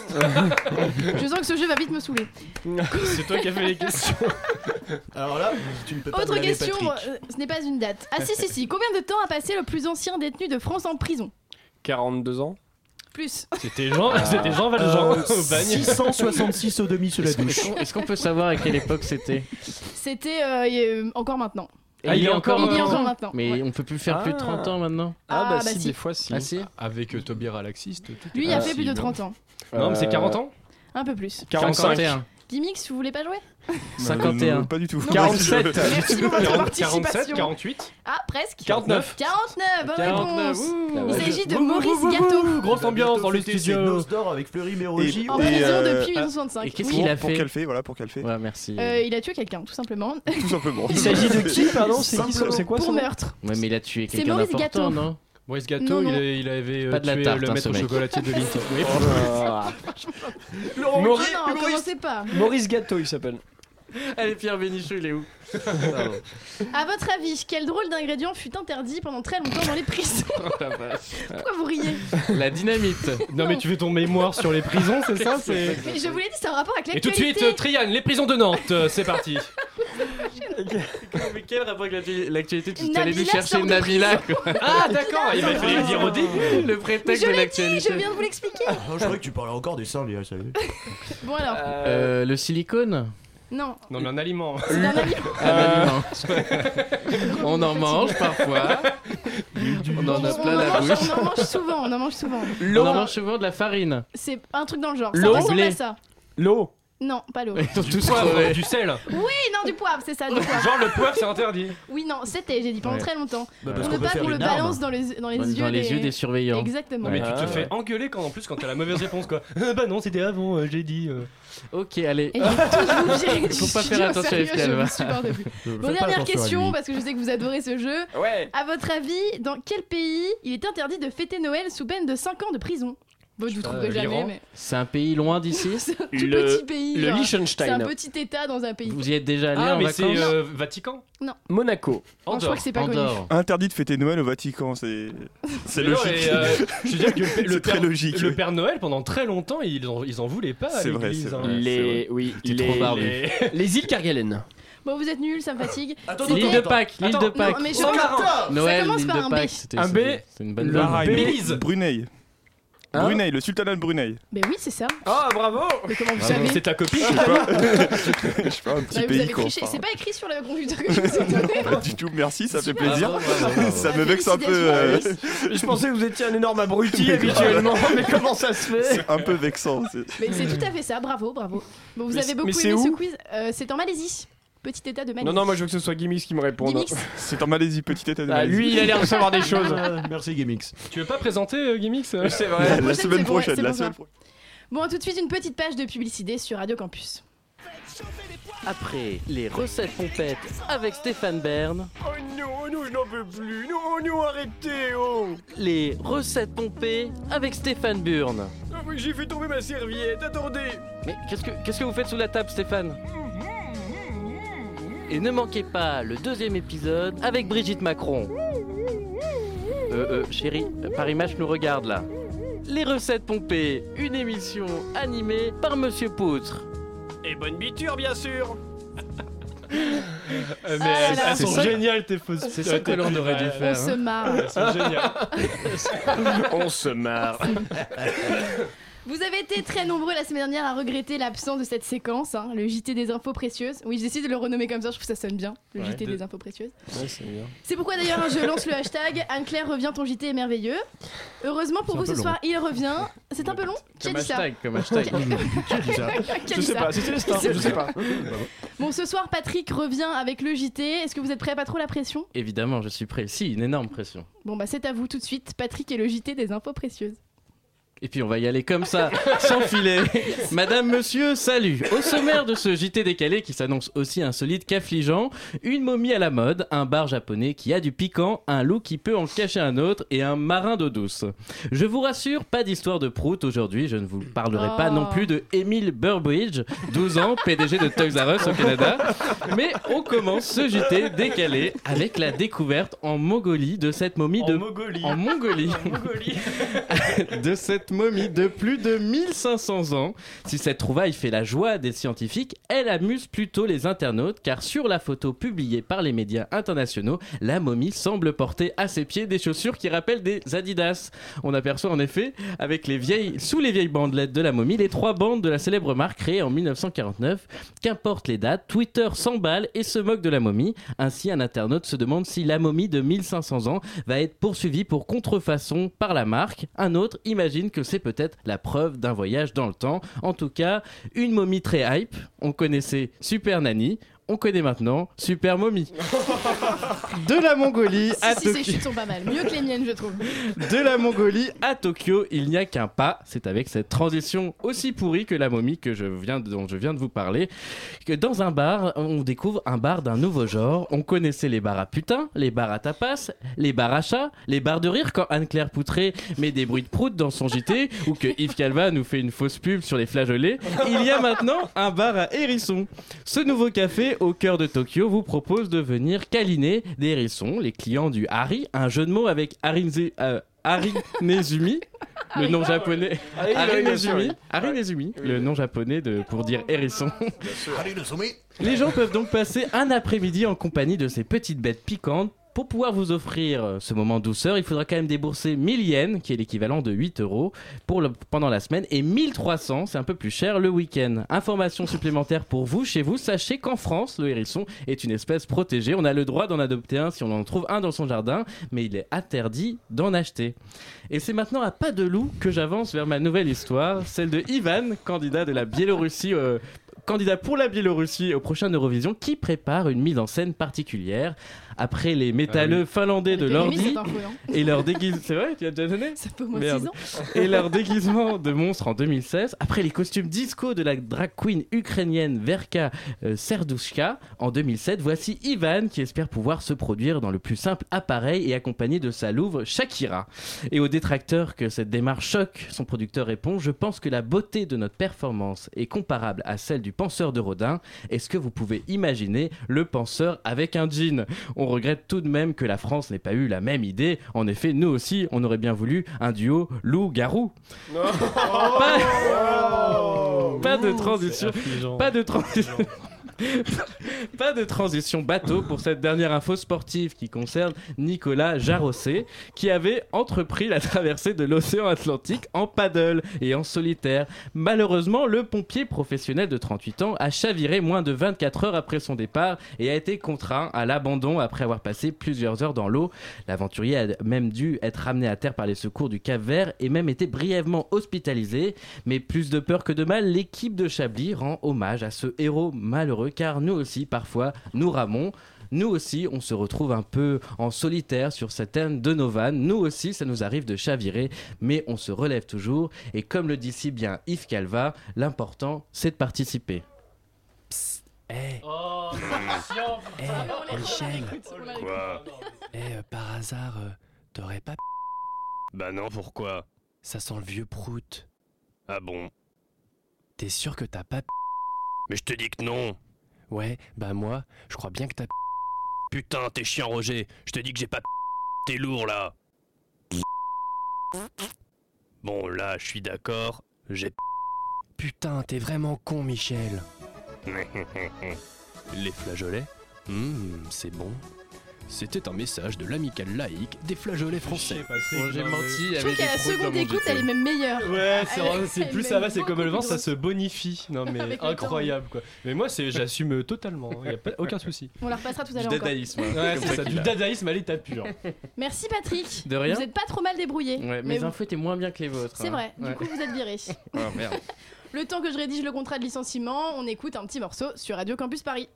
Je sens que ce jeu va vite me saouler. C'est toi qui as fait les questions. Alors là, tu ne peux pas Autre blâmer question, Patrick. euh, ce n'est pas une date. Ah si, si, si. Combien de temps a passé le plus ancien détenu de France en prison? quarante-deux ans. Plus. C'était Jean, c'était Jean Valjean Euh, au bagne. six cent soixante-six sodomies sous la Est-ce douche. qu'on- est-ce qu'on peut savoir à quelle époque c'était? C'était euh, y est, euh, encore maintenant. Ah, il est encore Il y est Euh, encore maintenant. Mais Ouais. on peut plus faire plus de trente ans maintenant. Ah, Ah, bah, bah si, si. des fois si. Ah si? Avec euh, Taubira laxiste. tout est Lui, il a fait possible. plus de trente ans. Non, mais c'est quarante ans. Un peu plus. quarante-cinq. cinquante et un. Gimix, vous voulez pas jouer? cinquante et un. Pas du tout. quarante-sept. Merci pour votre quarante-sept, participation. quarante-huit. Ah, presque. quarante-neuf. quarante-neuf, bonne quarante-neuf, réponse. ouh. Il s'agit de Ouh, ouh, Maurice ouh, ouh, Gâteau. ouh, Grosse ambiance dans le Fêter ses studio. noces d'or avec Fleury Mérologie. Et- En et, prison euh, depuis ah, mille neuf cent soixante-cinq. Et qu'est-ce Pour, qu'il a pour fait? qu'elle fait, voilà, pour qu'elle fait. Ouais, merci. Euh, il a tué quelqu'un, tout simplement. Tout simplement. Il s'agit de qui, pardon? C'est qui Simplement. C'est quoi Pour son nom? meurtre. Ouais, mais il a tué C'est quelqu'un Maurice d'important, Gâteau. non? Maurice Gâteau, Non, non. il, a- il avait euh, Pas de la tué tarte, le hein, maître ce mec. chocolatier de Lincoln. Oui. Ah. Non, Maurice, non, commencez pas. Maurice Gâteau, il s'appelle. Allez, Pierre Bénichou, il est où? À votre avis, quel drôle d'ingrédient fut interdit pendant très longtemps dans les prisons? Pourquoi vous riez? La dynamite. Non, mais tu fais ton mémoire sur les prisons, c'est ça? c'est... Mais je vous l'ai dit, c'est un rapport avec Et tout de l'actualité. suite, euh, Triane, les prisons de Nantes, euh, c'est parti. Mais quel rapport avec l'actu- l'actualité? Tu Nabila allais nous chercher sort de Nabila, quoi. Ah, d'accord, il fallait le dire au début. Le Mais prétexte je de l'ai dit, je l'actualité. viens de vous l'expliquer. Oh, je croyais que tu parlais encore des seins, Léa, ça y est. Bon alors, Euh, le silicone. non, Non, mais un aliment. c'est un aliment. Un aliment. On en mange parfois. On en a On plein en la mange- bouche. On en mange souvent, on en mange souvent. On en mange souvent de la farine. C'est un truc dans le genre. Ça L'eau. ressemble Blé. à ça. L'eau. Non, pas l'eau. Ils sont Du tous poivre, crevés. du sel. Oui, non, du poivre, c'est ça, du poivre. Genre le poivre, c'est interdit. Oui, non, c'était, j'ai dit pendant Ouais. très longtemps. Bah, Pour parce ne qu'on peut pas faire qu'on le une arme. balance dans les, dans les Dans yeux les des... yeux des surveillants. Exactement. Non, mais tu Ah. te fais engueuler quand en plus quand t'as la mauvaise réponse quoi. Ah, bah non, c'était avant, euh, j'ai dit. euh. Ok, allez. Et ils vont tous vous virer du Faut pas studio, faire attention à sérieux, ce qu'elle je va. vous supporte plus. Fais Bon, pas dernière attention à question, lui. parce que je sais que vous adorez ce jeu. Ouais. À votre avis, dans quel pays il est interdit de fêter Noël sous peine de cinq ans de prison? Bon, je vous trouverai euh, jamais, l'Iran. mais C'est un pays loin d'ici. c'est un tout Le- petit pays. Le genre. C'est un Liechtenstein. petit état dans un pays. Vous y êtes déjà allé Ah, en mais c'est vacances? euh, Vatican. Monaco. Non, je Andorre. crois que c'est pas connu. Andorre. Interdit de fêter Noël au Vatican, c'est c'est Mais non, logique. et, euh, je veux dire que le, C'est le très père, logique, le oui. Père Noël pendant très longtemps ils en, ils en voulaient pas à C'est vrai, l'église. c'est hein. vrai. Les. Oui, T'es les. trop barbu. Les- Les îles Kerguelen. Bon, vous êtes nuls, ça me fatigue. Attends, C'était- L'île de Pâques, l'île Attends, de non, Pâques. mais je Sans pense- marin. Noël, commence l'île par de un B. Pâques. C'était Un B. c'était- c'est une bonne Le vanne. Bahreïn. Belize. Brunei. Hein Brunei, le sultanat de Brunei. Mais oui, c'est ça. Oh, bravo. Mais comment vous Bravo. savez? C'est ta copine. Je sais pas. Je sais pas, un Bah, petit vous pays avez quoi. triché. enfin. C'est pas écrit sur le computer que je vous ai donné. Pas du tout, merci, ça fait Super. plaisir. Bravo, bravo, bravo. Ça Bah, me vexe un peu. euh, Je pensais que vous étiez un énorme abruti habituellement, mais comment ça se fait? C'est un peu vexant. c'est- Mais c'est tout à fait ça, bravo, bravo. Bon, vous Mais avez c'est- beaucoup mais c'est aimé ce où quiz. Euh, c'est en Malaisie. Petit état de Malaisie. Non, non, moi je veux que ce soit Gimmix qui me réponde. Gimix. C'est en Malaisie, petit état de Ah, Malaisie. lui, il a l'air de savoir des choses. Ah, merci Gimix. Tu veux pas présenter euh, Gimmix euh C'est La, vrai. la prochaine, c'est semaine bon, prochaine, c'est la bon, semaine ça. prochaine. Bon, tout de suite, une petite page de publicité sur Radio Campus. Après les recettes pompettes avec Stéphane Bern, Oh non, non, je n'en peux plus. Non, non, arrêtez, oh. les recettes pompées avec Stéphane Burn. Ah oui, j'ai fait tomber ma serviette, attendez. Mais qu'est-ce que, qu'est-ce que vous faites sous la table, Stéphane? Et ne manquez pas le deuxième épisode avec Brigitte Macron. Euh, euh, chérie, Paris Match nous regarde là. Les recettes pompées, une émission animée par Monsieur Poutre. Et bonne biture, bien sûr. Euh, Mais Ah là elles, là. elles sont C'est ça- géniales tes fausses. c'est ça que l'on aurait dû Ouais, faire. On se hein. marre. Elles sont géniales. On se marre. Vous avez été très nombreux la semaine dernière à regretter l'absence de cette séquence, hein, le J T des infos précieuses. Oui, j'ai décidé de le renommer comme ça, je trouve que ça sonne bien, le Ouais, J T de- des infos précieuses. Ouais, c'est bien. C'est pourquoi d'ailleurs hein, je lance le hashtag Anne-Claire revient, ton J T est merveilleux. Heureusement pour C'est un vous peu ce long. soir, il revient. C'est un peu long. Qui a Comme dit ça hashtag, comme hashtag. Qui a- Qui dit ça Qui a Je dit sais ça pas, c'était le star, je sais pas. Bon, ce soir, Patrick revient avec le J T. Est-ce que vous êtes prêts à pas trop la pression? Évidemment, je suis prêt. Si, une énorme pression. Bon, bah, c'est à vous tout de suite. Patrick et le J T des infos précieuses. Et puis on va y aller comme ça, sans filet. Madame, monsieur, salut. Au sommaire de ce J T décalé qui s'annonce aussi insolite qu'affligeant, une momie à la mode, un bar japonais qui a du piquant, un loup qui peut en cacher un autre et un marin d'eau douce. Je vous rassure, pas d'histoire de prout aujourd'hui, je ne vous parlerai pas Oh. non plus de Emile Burbridge, douze ans, P D G de Toys R Us au Canada. Mais on commence ce J T décalé avec la découverte en Mongolie de cette momie de... En Mongolie. En Mongolie. de cette momie de plus de mille cinq cents ans. Si cette trouvaille fait la joie des scientifiques, elle amuse plutôt les internautes car sur la photo publiée par les médias internationaux, la momie semble porter à ses pieds des chaussures qui rappellent des Adidas. On aperçoit en effet, avec les vieilles, sous les vieilles bandelettes de la momie, les trois bandes de la célèbre marque créée en mille neuf cent quarante-neuf. Qu'importe les dates, Twitter s'emballe et se moque de la momie. Ainsi, un internaute se demande si la momie de mille cinq cents ans va être poursuivie pour contrefaçon par la marque. Un autre imagine que c'est peut-être la preuve d'un voyage dans le temps. En tout cas, une momie très hype. On connaissait Super Nanny. On connaît maintenant Super Mommy. De la Mongolie à Si, si, ces Tokyo. chutes sont pas mal. Mieux que les miennes, je trouve. De la Mongolie à Tokyo, il n'y a qu'un pas. C'est avec cette transition aussi pourrie que la momie que je viens de, dont je viens de vous parler. Que dans un bar, on découvre un bar d'un nouveau genre. On connaissait les bars à putain, les bars à tapas, les bars à chat, les bars de rire quand Anne-Claire Poutré met des bruits de prout dans son J T ou que Yves Calva nous fait une fausse pub sur les flageolets. Il y a maintenant un bar à hérissons. Ce nouveau café au cœur de Tokyo vous propose de venir câliner des hérissons, les clients du Hari, un jeu de mots avec Harinze, euh, Harinezumi, le nom japonais. Harry, Harinezumi, oui. Harinezumi, le nom japonais de, pour dire hérisson. Allez, le sommet. Les gens peuvent donc passer un après-midi en compagnie de ces petites bêtes piquantes. Pour pouvoir vous offrir ce moment douceur, il faudra quand même débourser mille yens, qui est l'équivalent de huit euros, pour le, pendant la semaine, et mille trois cents, c'est un peu plus cher, le week-end. Information supplémentaire pour vous, chez vous, sachez qu'en France, le hérisson est une espèce protégée. On a le droit d'en adopter un si on en trouve un dans son jardin, mais il est interdit d'en acheter. Et c'est maintenant à pas de loup que j'avance vers ma nouvelle histoire, celle de Ivan, candidat de la Biélorussie... Euh, candidat pour la Biélorussie au prochain Eurovision, qui prépare une mise en scène particulière. Après les métalleux Ah oui. finlandais de J'ai aimé l'ordi cette info, non et leur déguisement... C'est vrai, tu as déjà donné Ça fait au moins Merde. six ans. Et leur déguisement de monstre en deux mille seize, après les costumes disco de la drag queen ukrainienne Verka euh, Serdushka en deux mille sept, voici Ivan qui espère pouvoir se produire dans le plus simple appareil et accompagné de sa louve Shakira. Et aux détracteurs que cette démarche choque, son producteur répond: je pense que la beauté de notre performance est comparable à celle du penseur de Rodin. Est-ce que vous pouvez imaginer le penseur avec un jean? On regrette tout de même que la France n'ait pas eu la même idée. En effet, nous aussi, on aurait bien voulu un duo loup-garou. Pas... pas de transition. Pas de transition. Pas de transition bateau pour cette dernière info sportive qui concerne Nicolas Jarosset, qui avait entrepris la traversée de l'océan Atlantique en paddle et en solitaire. Malheureusement, le pompier professionnel de trente-huit ans a chaviré moins de vingt-quatre heures après son départ et a été contraint à l'abandon après avoir passé plusieurs heures dans l'eau. L'aventurier a même dû être ramené à terre par les secours du Cap-Vert et même été brièvement hospitalisé. Mais plus de peur que de mal, l'équipe de Chablis rend hommage à ce héros malheureux, car nous aussi, parfois, nous ramons. Nous aussi, on se retrouve un peu en solitaire sur certaines de nos vannes. Nous aussi, ça nous arrive de chavirer, mais on se relève toujours. Et comme le dit si bien Yves Calva, l'important, c'est de participer. Psst, hey. Oh, Eh, hey, Michel. Quoi? Eh, euh, par hasard, euh, t'aurais pas... Bah non, pourquoi? Ça sent le vieux prout. Ah bon? T'es sûr que t'as pas... Mais je te dis que non. Ouais, bah moi, je crois bien que t'as... Putain, t'es chiant, Roger. Je te dis que j'ai pas... T'es lourd, là. Bon, là, je suis d'accord. J'ai... Putain, t'es vraiment con, Michel. Les flageolets? Hum, c'est bon. C'était un message de l'amicale laïque des flageolets français. Patrick, Bon, j'ai non, menti, mais- il y Je trouve avait qu'à des la proutes dans seconde mon écoute, J T. elle est même meilleure. Ouais, c'est Elle- vrai, c'est elle plus met ça va, c'est beaucoup comme le vin, de ça doses. se bonifie. Non mais Avec le temps. incroyable quoi. Mais moi c'est, j'assume totalement, il y a pas, aucun souci. On la repassera tout à Du l'heure encore. dadaïsme. hein, Ouais, comme c'est ça, qu'il du a. dadaïsme à l'état pur. Merci Patrick. De rien. Vous êtes pas trop mal débrouillé. Ouais, mais mes infos étaient moins bien que les vôtres. c'est hein. vrai. Ouais. Du coup, vous êtes viré. Oh merde. Le temps que je rédige le contrat de licenciement, on écoute un petit morceau sur Radio Campus Paris.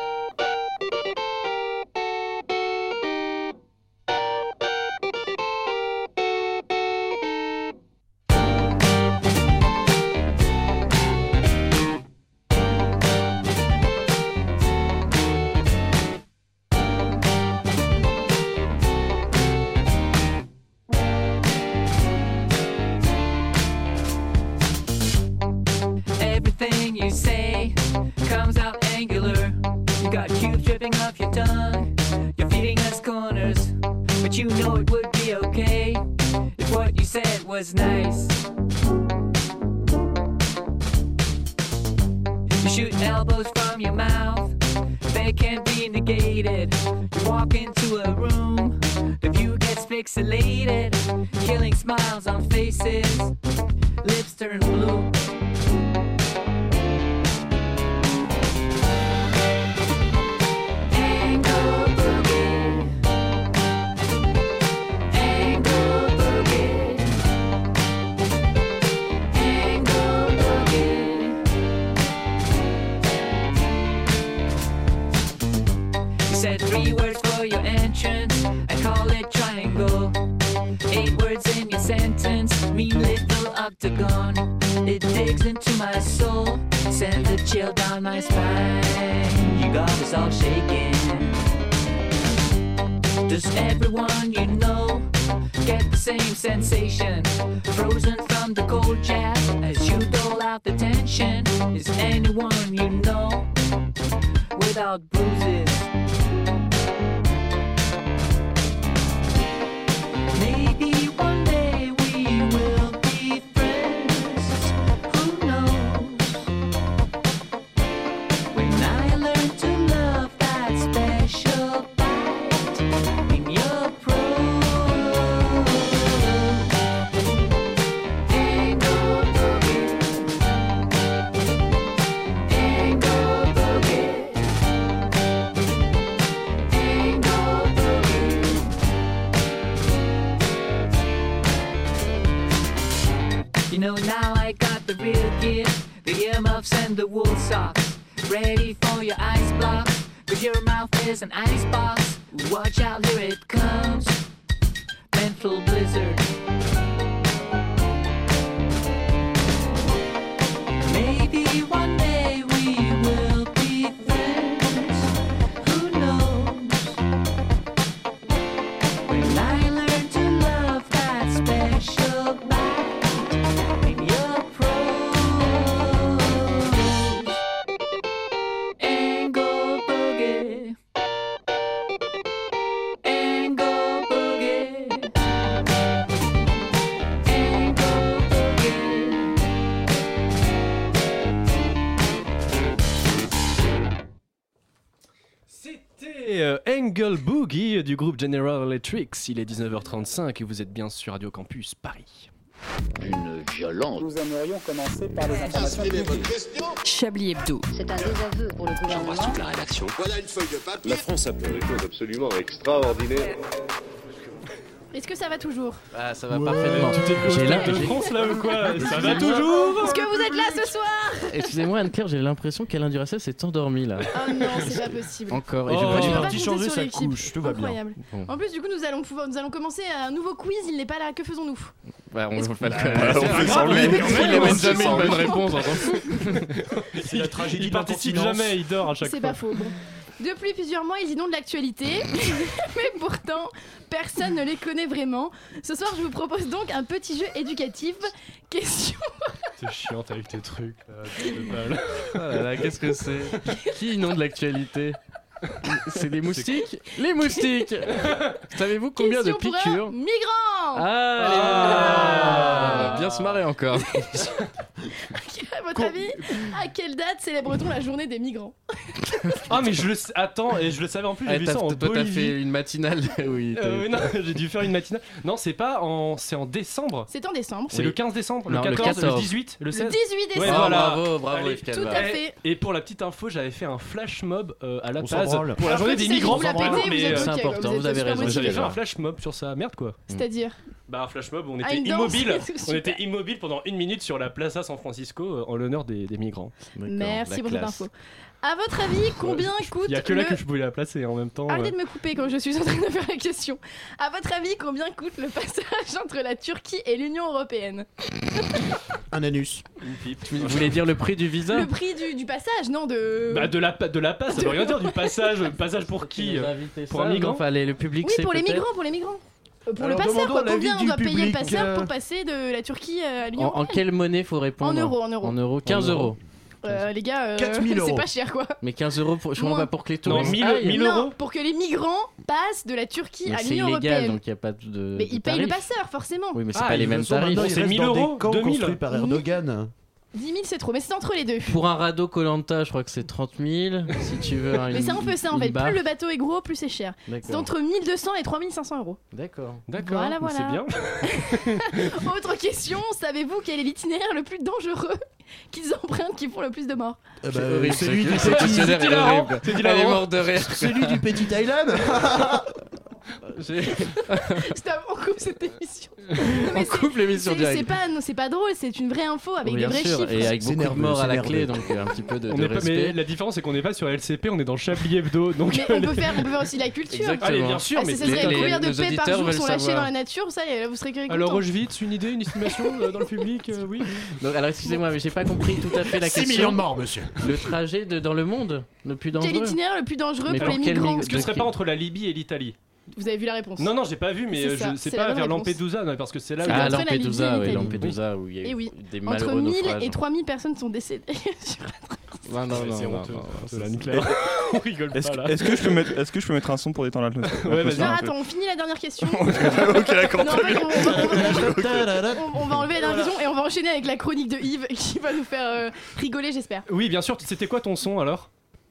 Everything you say comes out angular. You got cubes dripping off your tongue. You're feeding us corners, but you know it would be okay if what you said was nice. You shoot elbows from your mouth, they can't be negated. You walk into a room, the view gets pixelated, killing smiles on faces, lips turn blue. Said three words for your entrance, I call it triangle. Eight words in your sentence, mean little octagon. It digs into my soul, sends a chill down my spine. You got us all shaking. Does everyone you know get the same sensation? Frozen from the cold jab as you dole out the tension. Is anyone you know without bruises? Maybe one day we will be friends. Who knows? When I learn to love that special bite in your prose. Angle boogie. Angle boogie. Angle boogie. You know now I got the real gear, the earmuffs and the wool socks, ready for your ice block, cause your mouth is an ice box. Watch out, here it comes, mental blizzard. Maybe one day we will be friends, who knows? When I learn to love that special bite in your prose. Angle boogie. Angle boogie. Angle boogie. C'était euh, Angle Boogie du groupe General Electric. Il est dix-neuf heures trente-cinq et vous êtes bien sur Radio Campus Paris. Une violence. Nous aimerions commencer par les informations publiques. Chablis Hebdo. C'est un désaveu pour le gouvernement. la rédaction. Voilà une feuille de papier. La France a fait des choses absolument extraordinaires. Est-ce que ça va toujours? Ah, ça va Ouais, parfaitement. tu t'es J'ai l'im- de j'ai- France là ou quoi? Ça va Excusez-moi. toujours? Est-ce que vous êtes là ce soir? Excusez-moi Anne-Claire, j'ai l'impression qu'Alain Duracell s'est endormi là. Oh non, c'est pas possible. Encore. Et Oh, je vois il du est mal. parti compter changer sur sa l'équipe. couche, tout va bien. Incroyable. Bon. En plus, du coup, nous allons pouvoir, nous allons commencer un nouveau quiz. Il n'est pas là. Que faisons-nous? Bah, on Est-ce va que- pas le Bah, connaître. on fait sans lui. Il On fait amène sans jamais une lui. bonne réponse, on s'en fout. C'est la tragédie Il de participe l'incontinence. jamais, il dort à chaque C'est fois. pas faux. Bon. Depuis plusieurs mois, ils inondent l'actualité, mais pourtant, personne ne les connaît vraiment. Ce soir, je vous propose donc un petit jeu éducatif. Question. T'es chiante avec tes trucs là. tu fais mal. Oh là là, qu'est-ce que c'est? Qui inonde l'actualité? C'est les moustiques? Les moustiques! Savez-vous combien de Question pour un piqûres? migrant. Ah, Ah. les- Bien se marrer encore. Votre votre avis, à quelle date célèbre-t-on la journée des migrants? Ah mais je le sais- attends et je le savais en plus, j'ai Ah, vu t'as- ça en toi, t'as Bolivie. fait une matinale. Oui, t'as- Euh, non, j'ai dû faire une matinale. Non, c'est pas en, c'est en décembre. C'est en décembre. C'est le quinze décembre, Non, le le quatorze, le, quatorze. dix-huit, le Le seize. dix-huit décembre. Ouais, Oh, voilà. bravo, bravo, Allez. Yves Calva. Tout à fait. Et, et pour la petite info, j'avais fait un flash mob euh, à la On s'en base branle. pour la Alors, journée quand des il s'agit de migrants. vous la péter, vous mais êtes euh, c'est ok, important, quoi, vous avez super raison. motivé. j'avais fait Calva. un flash mob sur ça. Merde quoi. C'est-à-dire Bah un flash mob, on Ah, était une danse, immobile. c'est On super. était immobile pendant une minute sur la Plaza San Francisco euh, en l'honneur des, des migrants. D'accord, Merci la pour cette classe. info. À votre avis, combien coûte Il y a que là le... que je pouvais la placer en même temps. Arrêtez euh. de me couper quand je suis en train de faire la question. À votre avis, combien coûte le passage entre la Turquie et l'Union Européenne? Un anus. Vous voulez dire le prix du visa? Le prix du, du passage, non de... Bah de la pa- de la passe, ça veut rien dire du passage. Passage pour qui? Pour un migrant? Enfin, les- le public, Oui, c'est pour les peut-être- migrants, pour les migrants. Euh, pour Alors, le passeur, quoi. demandons l'avis Combien on du doit payer le public, passeur euh. pour passer de la Turquie à l'Union En, en Européenne? quelle monnaie faut répondre? En euros, en euros. En euros, quinze En euros. euros. Euh, les gars, euh, quatre mille c'est euros. pas cher, quoi. Mais quinze euros pour, je Moins. comprends pas pour que les Non, touristes mille aillent. mille non, euros. pour que les migrants passent de la Turquie Mais à c'est l'Union illégal, Européenne. donc il n'y a pas de. Mais de ils payent le tarif. passeur, forcément. Oui, mais c'est Ah, pas les ils mêmes le sont tarifs. maintenant, il c'est reste mille dans des euros, camps deux mille. construits par Erdogan. dix mille, c'est trop, mais c'est entre les deux. Pour un radeau Koh-Lanta, je crois que c'est trente mille. Si tu veux. un- Mais c'est un peu ça, en une fait. barre. Plus le bateau est gros, plus c'est cher. C'est D'accord. entre mille deux cents et trois mille cinq cents euros. D'accord. D'accord, Voilà, mais voilà. c'est bien. Autre question, savez-vous quel est l'itinéraire le plus dangereux qu'ils empruntent qui font le plus de morts? Eh C'est ben, horrible, ce celui truc. du Ce petit, questionnaire est hilarant. horrible. C'est Elle est hilarant. morte de rire. celui du petit Thailand. J'ai- Stop, on coupe cette émission. Non, On mais c'est- coupe l'émission c'est- C'est direct. pas, non, c'est pas drôle, c'est une vraie info avec Oui, des bien vrais sûr, chiffres. et avec C'est beaucoup de nerveux, morts à c'est la nerveux. clé, donc euh, un petit peu de, On de est pas, mais respect. la différence c'est qu'on n'est pas sur L C P, on est dans Chablis Hebdo. Donc Mais on peut faire, on peut faire aussi la culture. Exactement. Allez, bien sûr, Ah, mais ça les- serait les- combien de nos paix par auditeurs jour veulent sont lâchées savoir. dans la nature, ça, et là, vous serez que Alors content. Auschwitz, une idée, une estimation euh, dans le public, euh, oui. Donc, alors excusez-moi, mais j'ai pas compris tout à fait la six question. millions de morts, monsieur. Le trajet de, dans le monde le plus Quel dangereux. itinéraire le plus dangereux Mais pour pour les quel migrants? mig- Est-ce que ce serait pas entre la Libye et l'Italie? Vous avez vu la réponse? Non, non, j'ai pas vu, mais C'est euh, ça, je sais c'est pas la bonne vers réponse. Lampedusa, non, parce que c'est là où C'est il y a- Ah, entre la Libye et Lampedusa, oui, l'Italie. Lampedusa, où il y a Et eu oui. des Entre malheureux mille naufrages. et trois mille personnes sont décédées sur la traversée. Non, non, Ouais, non, c'est non, honteux, non, c'est non, la c'est- nucléaire. On rigole Est-ce pas que, là. est-ce que je peux mettre, est-ce que je peux mettre un son pour détendre l'atmosphère? Ouais, vas-y. Non, Un peu. attends, on finit la dernière question. Ok, d'accord. Non, en fait, on, on va, Tadadada. on- on va enlever la dernière question et on va enchaîner avec la chronique de Yves qui va nous faire euh, rigoler, j'espère. Oui, bien sûr, c'était quoi ton son alors?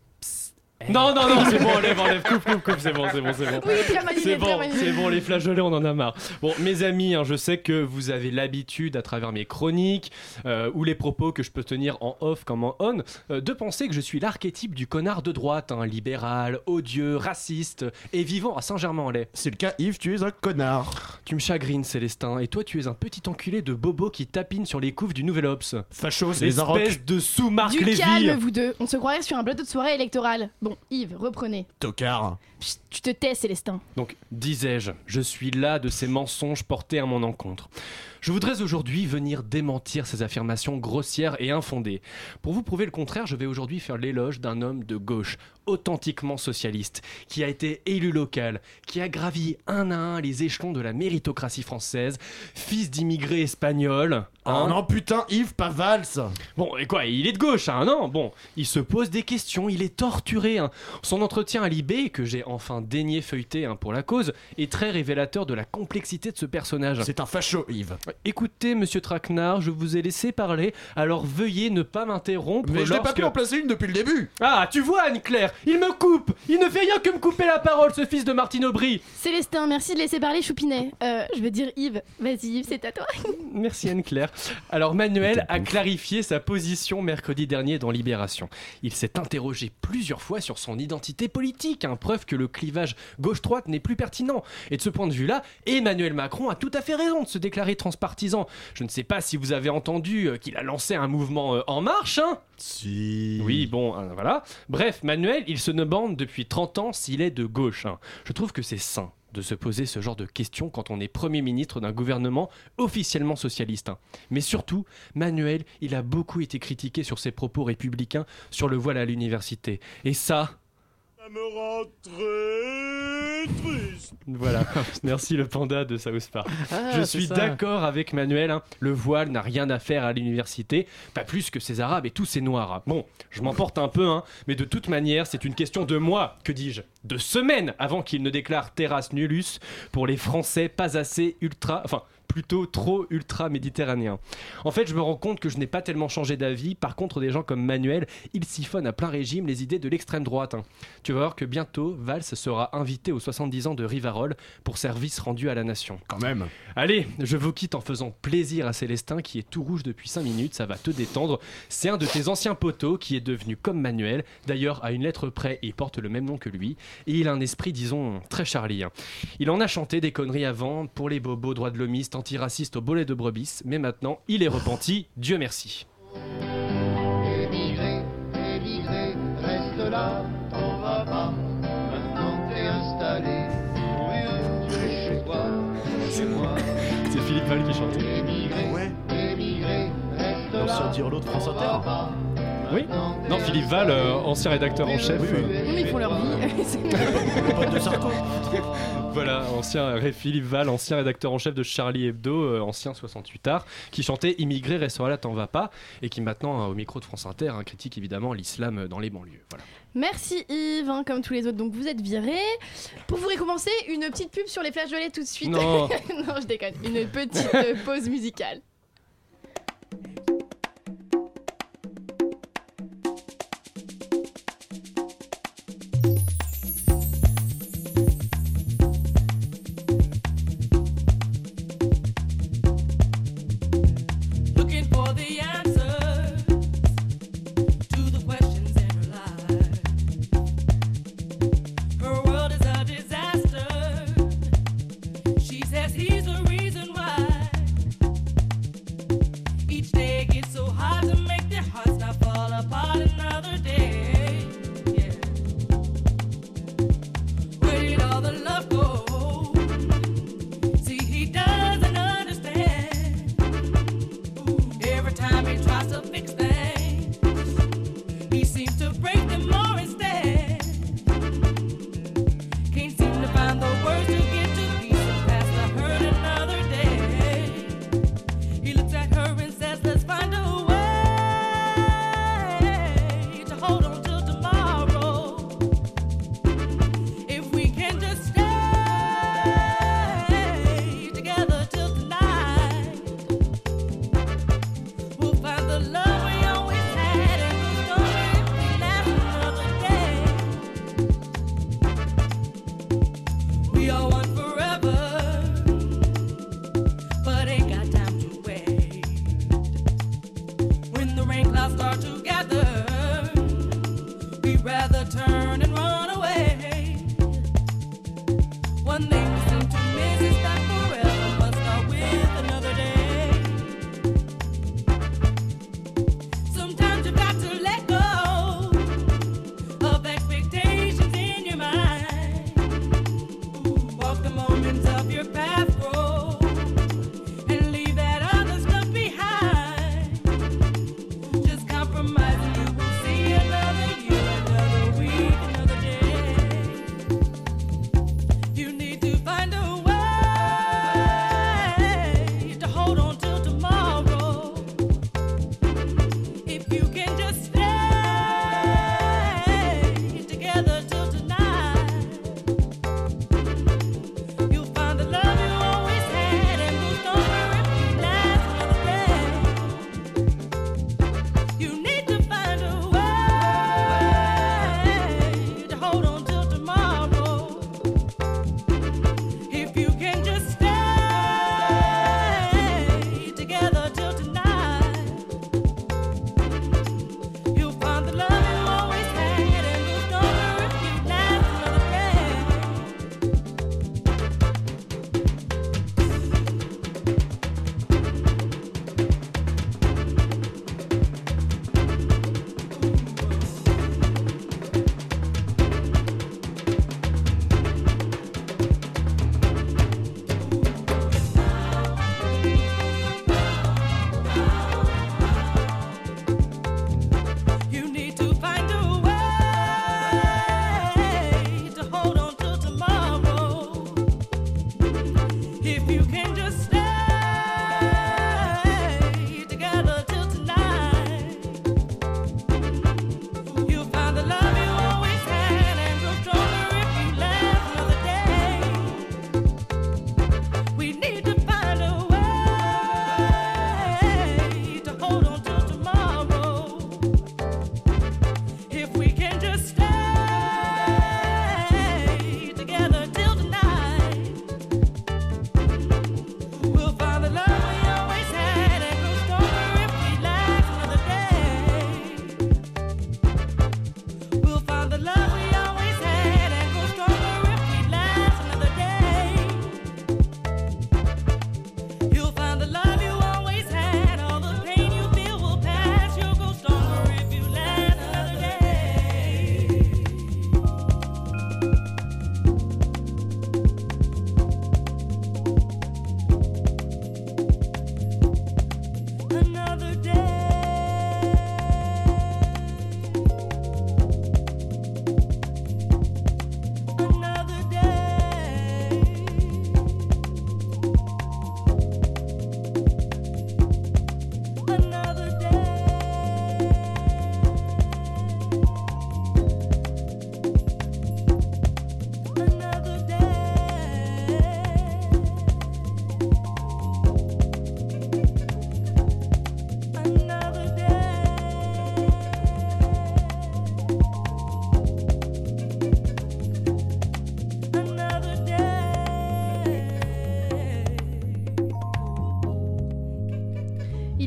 Non, non, non, c'est bon, enlève, enlève, coupe, coupe, coupe, c'est bon, c'est bon, c'est bon. Oui, très mal C'est animé, très bon, mal c'est animé. bon, les flageolets, on en a marre. Bon, mes amis, hein, je sais que vous avez l'habitude, à travers mes chroniques euh, ou les propos que je peux tenir en off comme en on, euh, de penser que je suis l'archétype du connard de droite, hein, libéral, odieux, raciste et vivant à Saint-Germain-en-Laye. C'est le cas, Yves, tu es un connard. Tu me chagrines, Célestin, et toi, tu es un petit enculé de bobo qui tapine sur les couves du Nouvel Obs. Facho, c'est les Inrocks. Espèce de sous-Marc Du Lévy. calme, vous deux. On se croirait sur un plateau de soirée électorale. Bon, Yves, reprenez. Tocard. Chut, tu te tais, Célestin. Donc, disais-je, je suis là de ces mensonges portés à mon encontre. Je voudrais aujourd'hui venir démentir ces affirmations grossières et infondées. Pour vous prouver le contraire, je vais aujourd'hui faire l'éloge d'un homme de gauche, authentiquement socialiste, qui a été élu local, qui a gravi un à un les échelons de la méritocratie française, fils d'immigrés espagnols. Oh hein. non, putain, Yves, pas Valls. Bon, et quoi, il est de gauche, hein, non? Bon, il se pose des questions, il est torturé. Hein. Son entretien à Libé, que j'ai enfin daigné feuilleter hein, pour la cause, est très révélateur de la complexité de ce personnage. C'est un facho, Yves. Écoutez, monsieur Traquenard, je vous ai laissé parler, alors veuillez ne pas m'interrompre. Mais je n'ai pas lorsque- pu en placer une depuis le début. Ah, tu vois, Anne-Claire, il me coupe. Il ne fait rien que me couper la parole, ce fils de Martine Aubry. Célestin, merci de laisser parler Choupinet. Euh, je veux dire Yves. Vas-y, Yves, c'est à toi. Merci Anne-Claire. Alors Manuel a clarifié sa position mercredi dernier dans Libération. Il s'est interrogé plusieurs fois sur son identité politique, hein, preuve que le clivage gauche-droite n'est plus pertinent. Et de ce point de vue-là, Emmanuel Macron a tout à fait raison de se déclarer transpartisan. Je ne sais pas si vous avez entendu euh, qu'il a lancé un mouvement euh, En Marche, hein. Si. Oui, bon, hein, voilà. Bref, Manuel, il se demande depuis trente ans s'il est de gauche. hein. Je trouve que c'est sain de se poser ce genre de questions quand on est Premier ministre d'un gouvernement officiellement socialiste. hein. Mais surtout, Manuel, il a beaucoup été critiqué sur ses propos républicains sur le voile à l'université. Et ça... Ça me rend très triste. Voilà, merci le panda de South Park. Ah, Je c'est suis ça. d'accord avec Manuel, hein. Le voile n'a rien à faire à l'université, pas plus que ces arabes et tous ces noirs. hein. Bon, je m'emporte un peu, hein, mais de toute manière, c'est une question de moi, que dis-je, de semaines avant qu'il ne déclare terras nullus pour les Français pas assez ultra... Enfin, plutôt trop ultra méditerranéen. En fait, je me rends compte que je n'ai pas tellement changé d'avis. Par contre, des gens comme Manuel, ils siphonnent à plein régime les idées de l'extrême droite. Hein. Tu vas voir que bientôt, Valls sera invité aux soixante-dix ans de Rivarol pour service rendu à la nation. Quand même. Allez, je vous quitte en faisant plaisir à Célestin qui est tout rouge depuis cinq minutes. Ça va te détendre. C'est un de tes anciens poteaux qui est devenu comme Manuel. D'ailleurs, à une lettre près, il porte le même nom que lui. Et il a un esprit, disons, très Charlie. Hein. Il en a chanté des conneries avant pour les bobos droits de l'homiste, antiraciste au bolet de brebis, mais maintenant il est repenti, Dieu merci. Émigré, émigré, reste là, t'en vas pas. Maintenant t'es installé, mon vieux, tu es chez toi, chez moi. C'est Philippe Val qui chante. Émigré, ouais. Émigré, reste là. L'ancien Dirlo de France Inter. Oui. Non, Philippe Val, euh, ancien rédacteur en chef. Oui, oui. euh, Oui, mais ils font leur vie. Le pote de Sarko. Voilà, ancien Ré- Philippe Val, ancien rédacteur en chef de Charlie Hebdo, euh, ancien soixante-huit art, qui chantait Immigré, restera là, t'en vas pas, et qui maintenant, hein, au micro de France Inter, hein, critique évidemment l'islam dans les banlieues. Voilà. Merci Yves, hein, comme tous les autres, donc vous êtes virés. Pour vous récompenser, une petite pub sur les flageolets tout de suite. Non. Non, je déconne. Une petite euh, pause musicale. Looking for the answer to the questions in her life. Her world is a disaster. She says he's the reason why.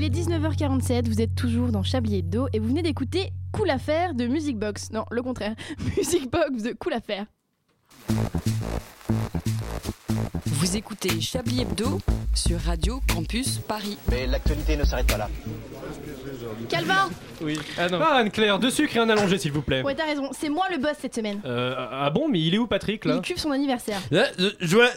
est dix-neuf heures quarante-sept, vous êtes toujours dans Chablis Hebdo et vous venez d'écouter Cool Affaire de Music Box. Non, le contraire. Music Box de Cool Affaire. Vous écoutez Chablis Hebdo sur Radio Campus Paris. Mais l'actualité ne s'arrête pas là. Calvin. Oui. Ah non. Ah Anne-Claire, deux sucres et un allongé s'il vous plaît. Ouais, t'as raison, c'est moi le boss cette semaine. Euh, ah bon, mais il est où Patrick là? Il cuve son anniversaire. Joyeux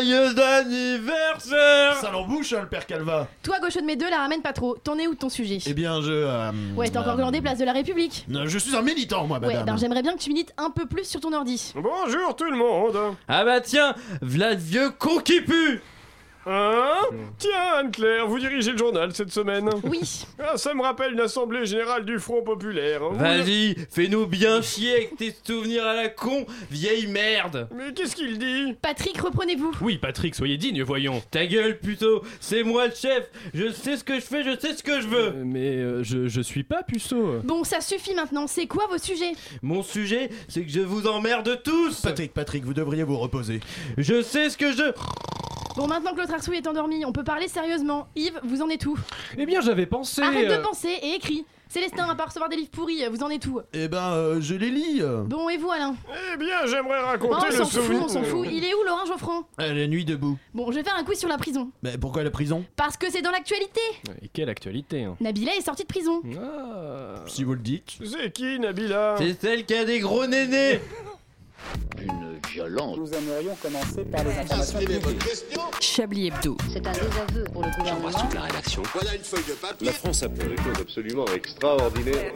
anniversaire. Ça l'embouche, hein, le père Calva. Toi, gaucho de mes deux, la ramène pas trop. T'en es où de ton sujet? Eh bien, je. Euh, ouais, t'as encore euh, glandé place de la République. Non, je suis un militant, moi, madame. Ouais, alors j'aimerais bien que tu milites un peu plus sur ton ordi. Bonjour tout le monde. Ah bah tiens, v'là le vieux con qui pue. Hein? Tiens, Anne-Claire, vous dirigez le journal cette semaine? Oui. Ah, ça me rappelle une assemblée générale du Front Populaire. Vous Vas-y, fais-nous bien chier avec tes souvenirs à la con, vieille merde. Mais qu'est-ce qu'il dit? Patrick, reprenez-vous. Oui, Patrick, soyez digne, voyons. Ta gueule, puceau, c'est moi le chef. Je sais ce que je fais, je sais ce que je veux. Euh, mais euh, je, je suis pas puceau. Bon, ça suffit maintenant. C'est quoi vos sujets? Mon sujet, c'est que je vous emmerde tous. Patrick, Patrick, vous devriez vous reposer. Je sais ce que je... Bon, maintenant que l'autre arsouille est endormi, on peut parler sérieusement. Yves, vous en êtes où? Eh bien, j'avais pensé... Arrête euh... de penser et écris. Célestin, à part recevoir des livres pourris, vous en êtes où? Eh ben, euh, je les lis. Bon, et vous, Alain? Eh bien, j'aimerais raconter oh, le on s'en fout, souvenir... on s'en fout. Il est où, Laurent Geoffrand? À la nuit debout. Bon, je vais faire un quiz sur la prison. Mais pourquoi la prison? Parce que c'est dans l'actualité. Et quelle actualité hein. Nabila est sortie de prison. Ah... Si vous le dites. C'est qui, Nabila? C'est celle qui a des gros nénés. Une violence. Nous aimerions commencer par les informations publiques. Chablis Hebdo. C'est un désaveu pour le gouvernement. J'embrasse toute la rédaction. Voilà une feuille de papier. La France a fait des choses absolument extraordinaires.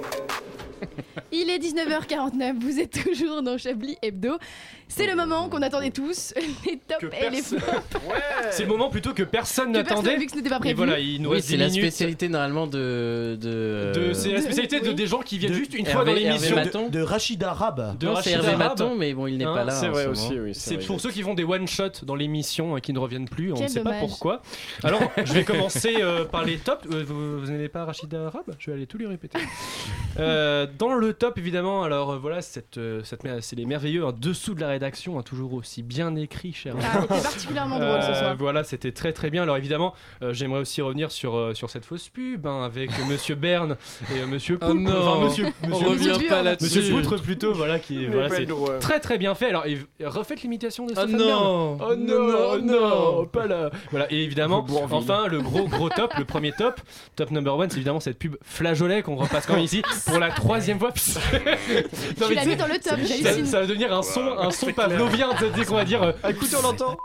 Il est dix-neuf heures quarante-neuf, vous êtes toujours dans Chablis Hebdo. C'est le moment qu'on attendait tous, les tops Que et les perso- flops. Ouais. C'est le moment plutôt que personne Que personne, n'attendait. vu que ce n'était pas Et prévu. voilà, il nous Oui, reste c'est dix la minutes. spécialité normalement de... de... De- c'est la spécialité de, Oui. des gens qui viennent De- juste une Hervé- fois dans Hervé l'émission. Maton. De, de Rachida Rab. De Non, c'est Rachida Hervé Rab. Maton, mais bon, il n'est Hein, pas là. C'est en vrai ce aussi, moment. oui. C'est vrai. pour ceux qui font des one-shots dans l'émission et qui ne reviennent plus, on Quel ne sait pas dommage. pourquoi. Alors, je vais commencer euh, par les tops. Euh, vous vous n'aimez pas Rachida Rab? Je vais aller tout lui répéter. Euh, dans le top, évidemment, alors euh, voilà, cette, euh, cette, mer- c'est les merveilleux en dessous de la rédaction, hein, toujours aussi bien écrit, cher. Ah, c'était particulièrement drôle ce Euh, soir. Voilà, c'était très très bien. Alors évidemment, euh, j'aimerais aussi revenir sur, euh, sur cette fausse pub hein, avec Monsieur Berne et euh, Monsieur Oh Poutre. non, Enfin, Monsieur, on Monsieur, revient Poutre. pas là-dessus. Monsieur Poutre plutôt, voilà, qui Mais voilà, pas c'est le droit. très très bien fait. Alors et- refaites l'imitation de Oh Stéphane Bern. non. Oh non, oh non, pas là. Voilà, et évidemment, Bourville. enfin le gros gros top, le premier top, top number one, c'est évidemment cette pub flageolet qu'on repasse quand même ici pour la troisième fois. Non, Tu mais l'as tu mis sais, dans le top, ça, j'hallucine. ça va devenir un son, un son pavlovien, tu sais, dès qu'on va dire. euh, Écoutez, on l'entend.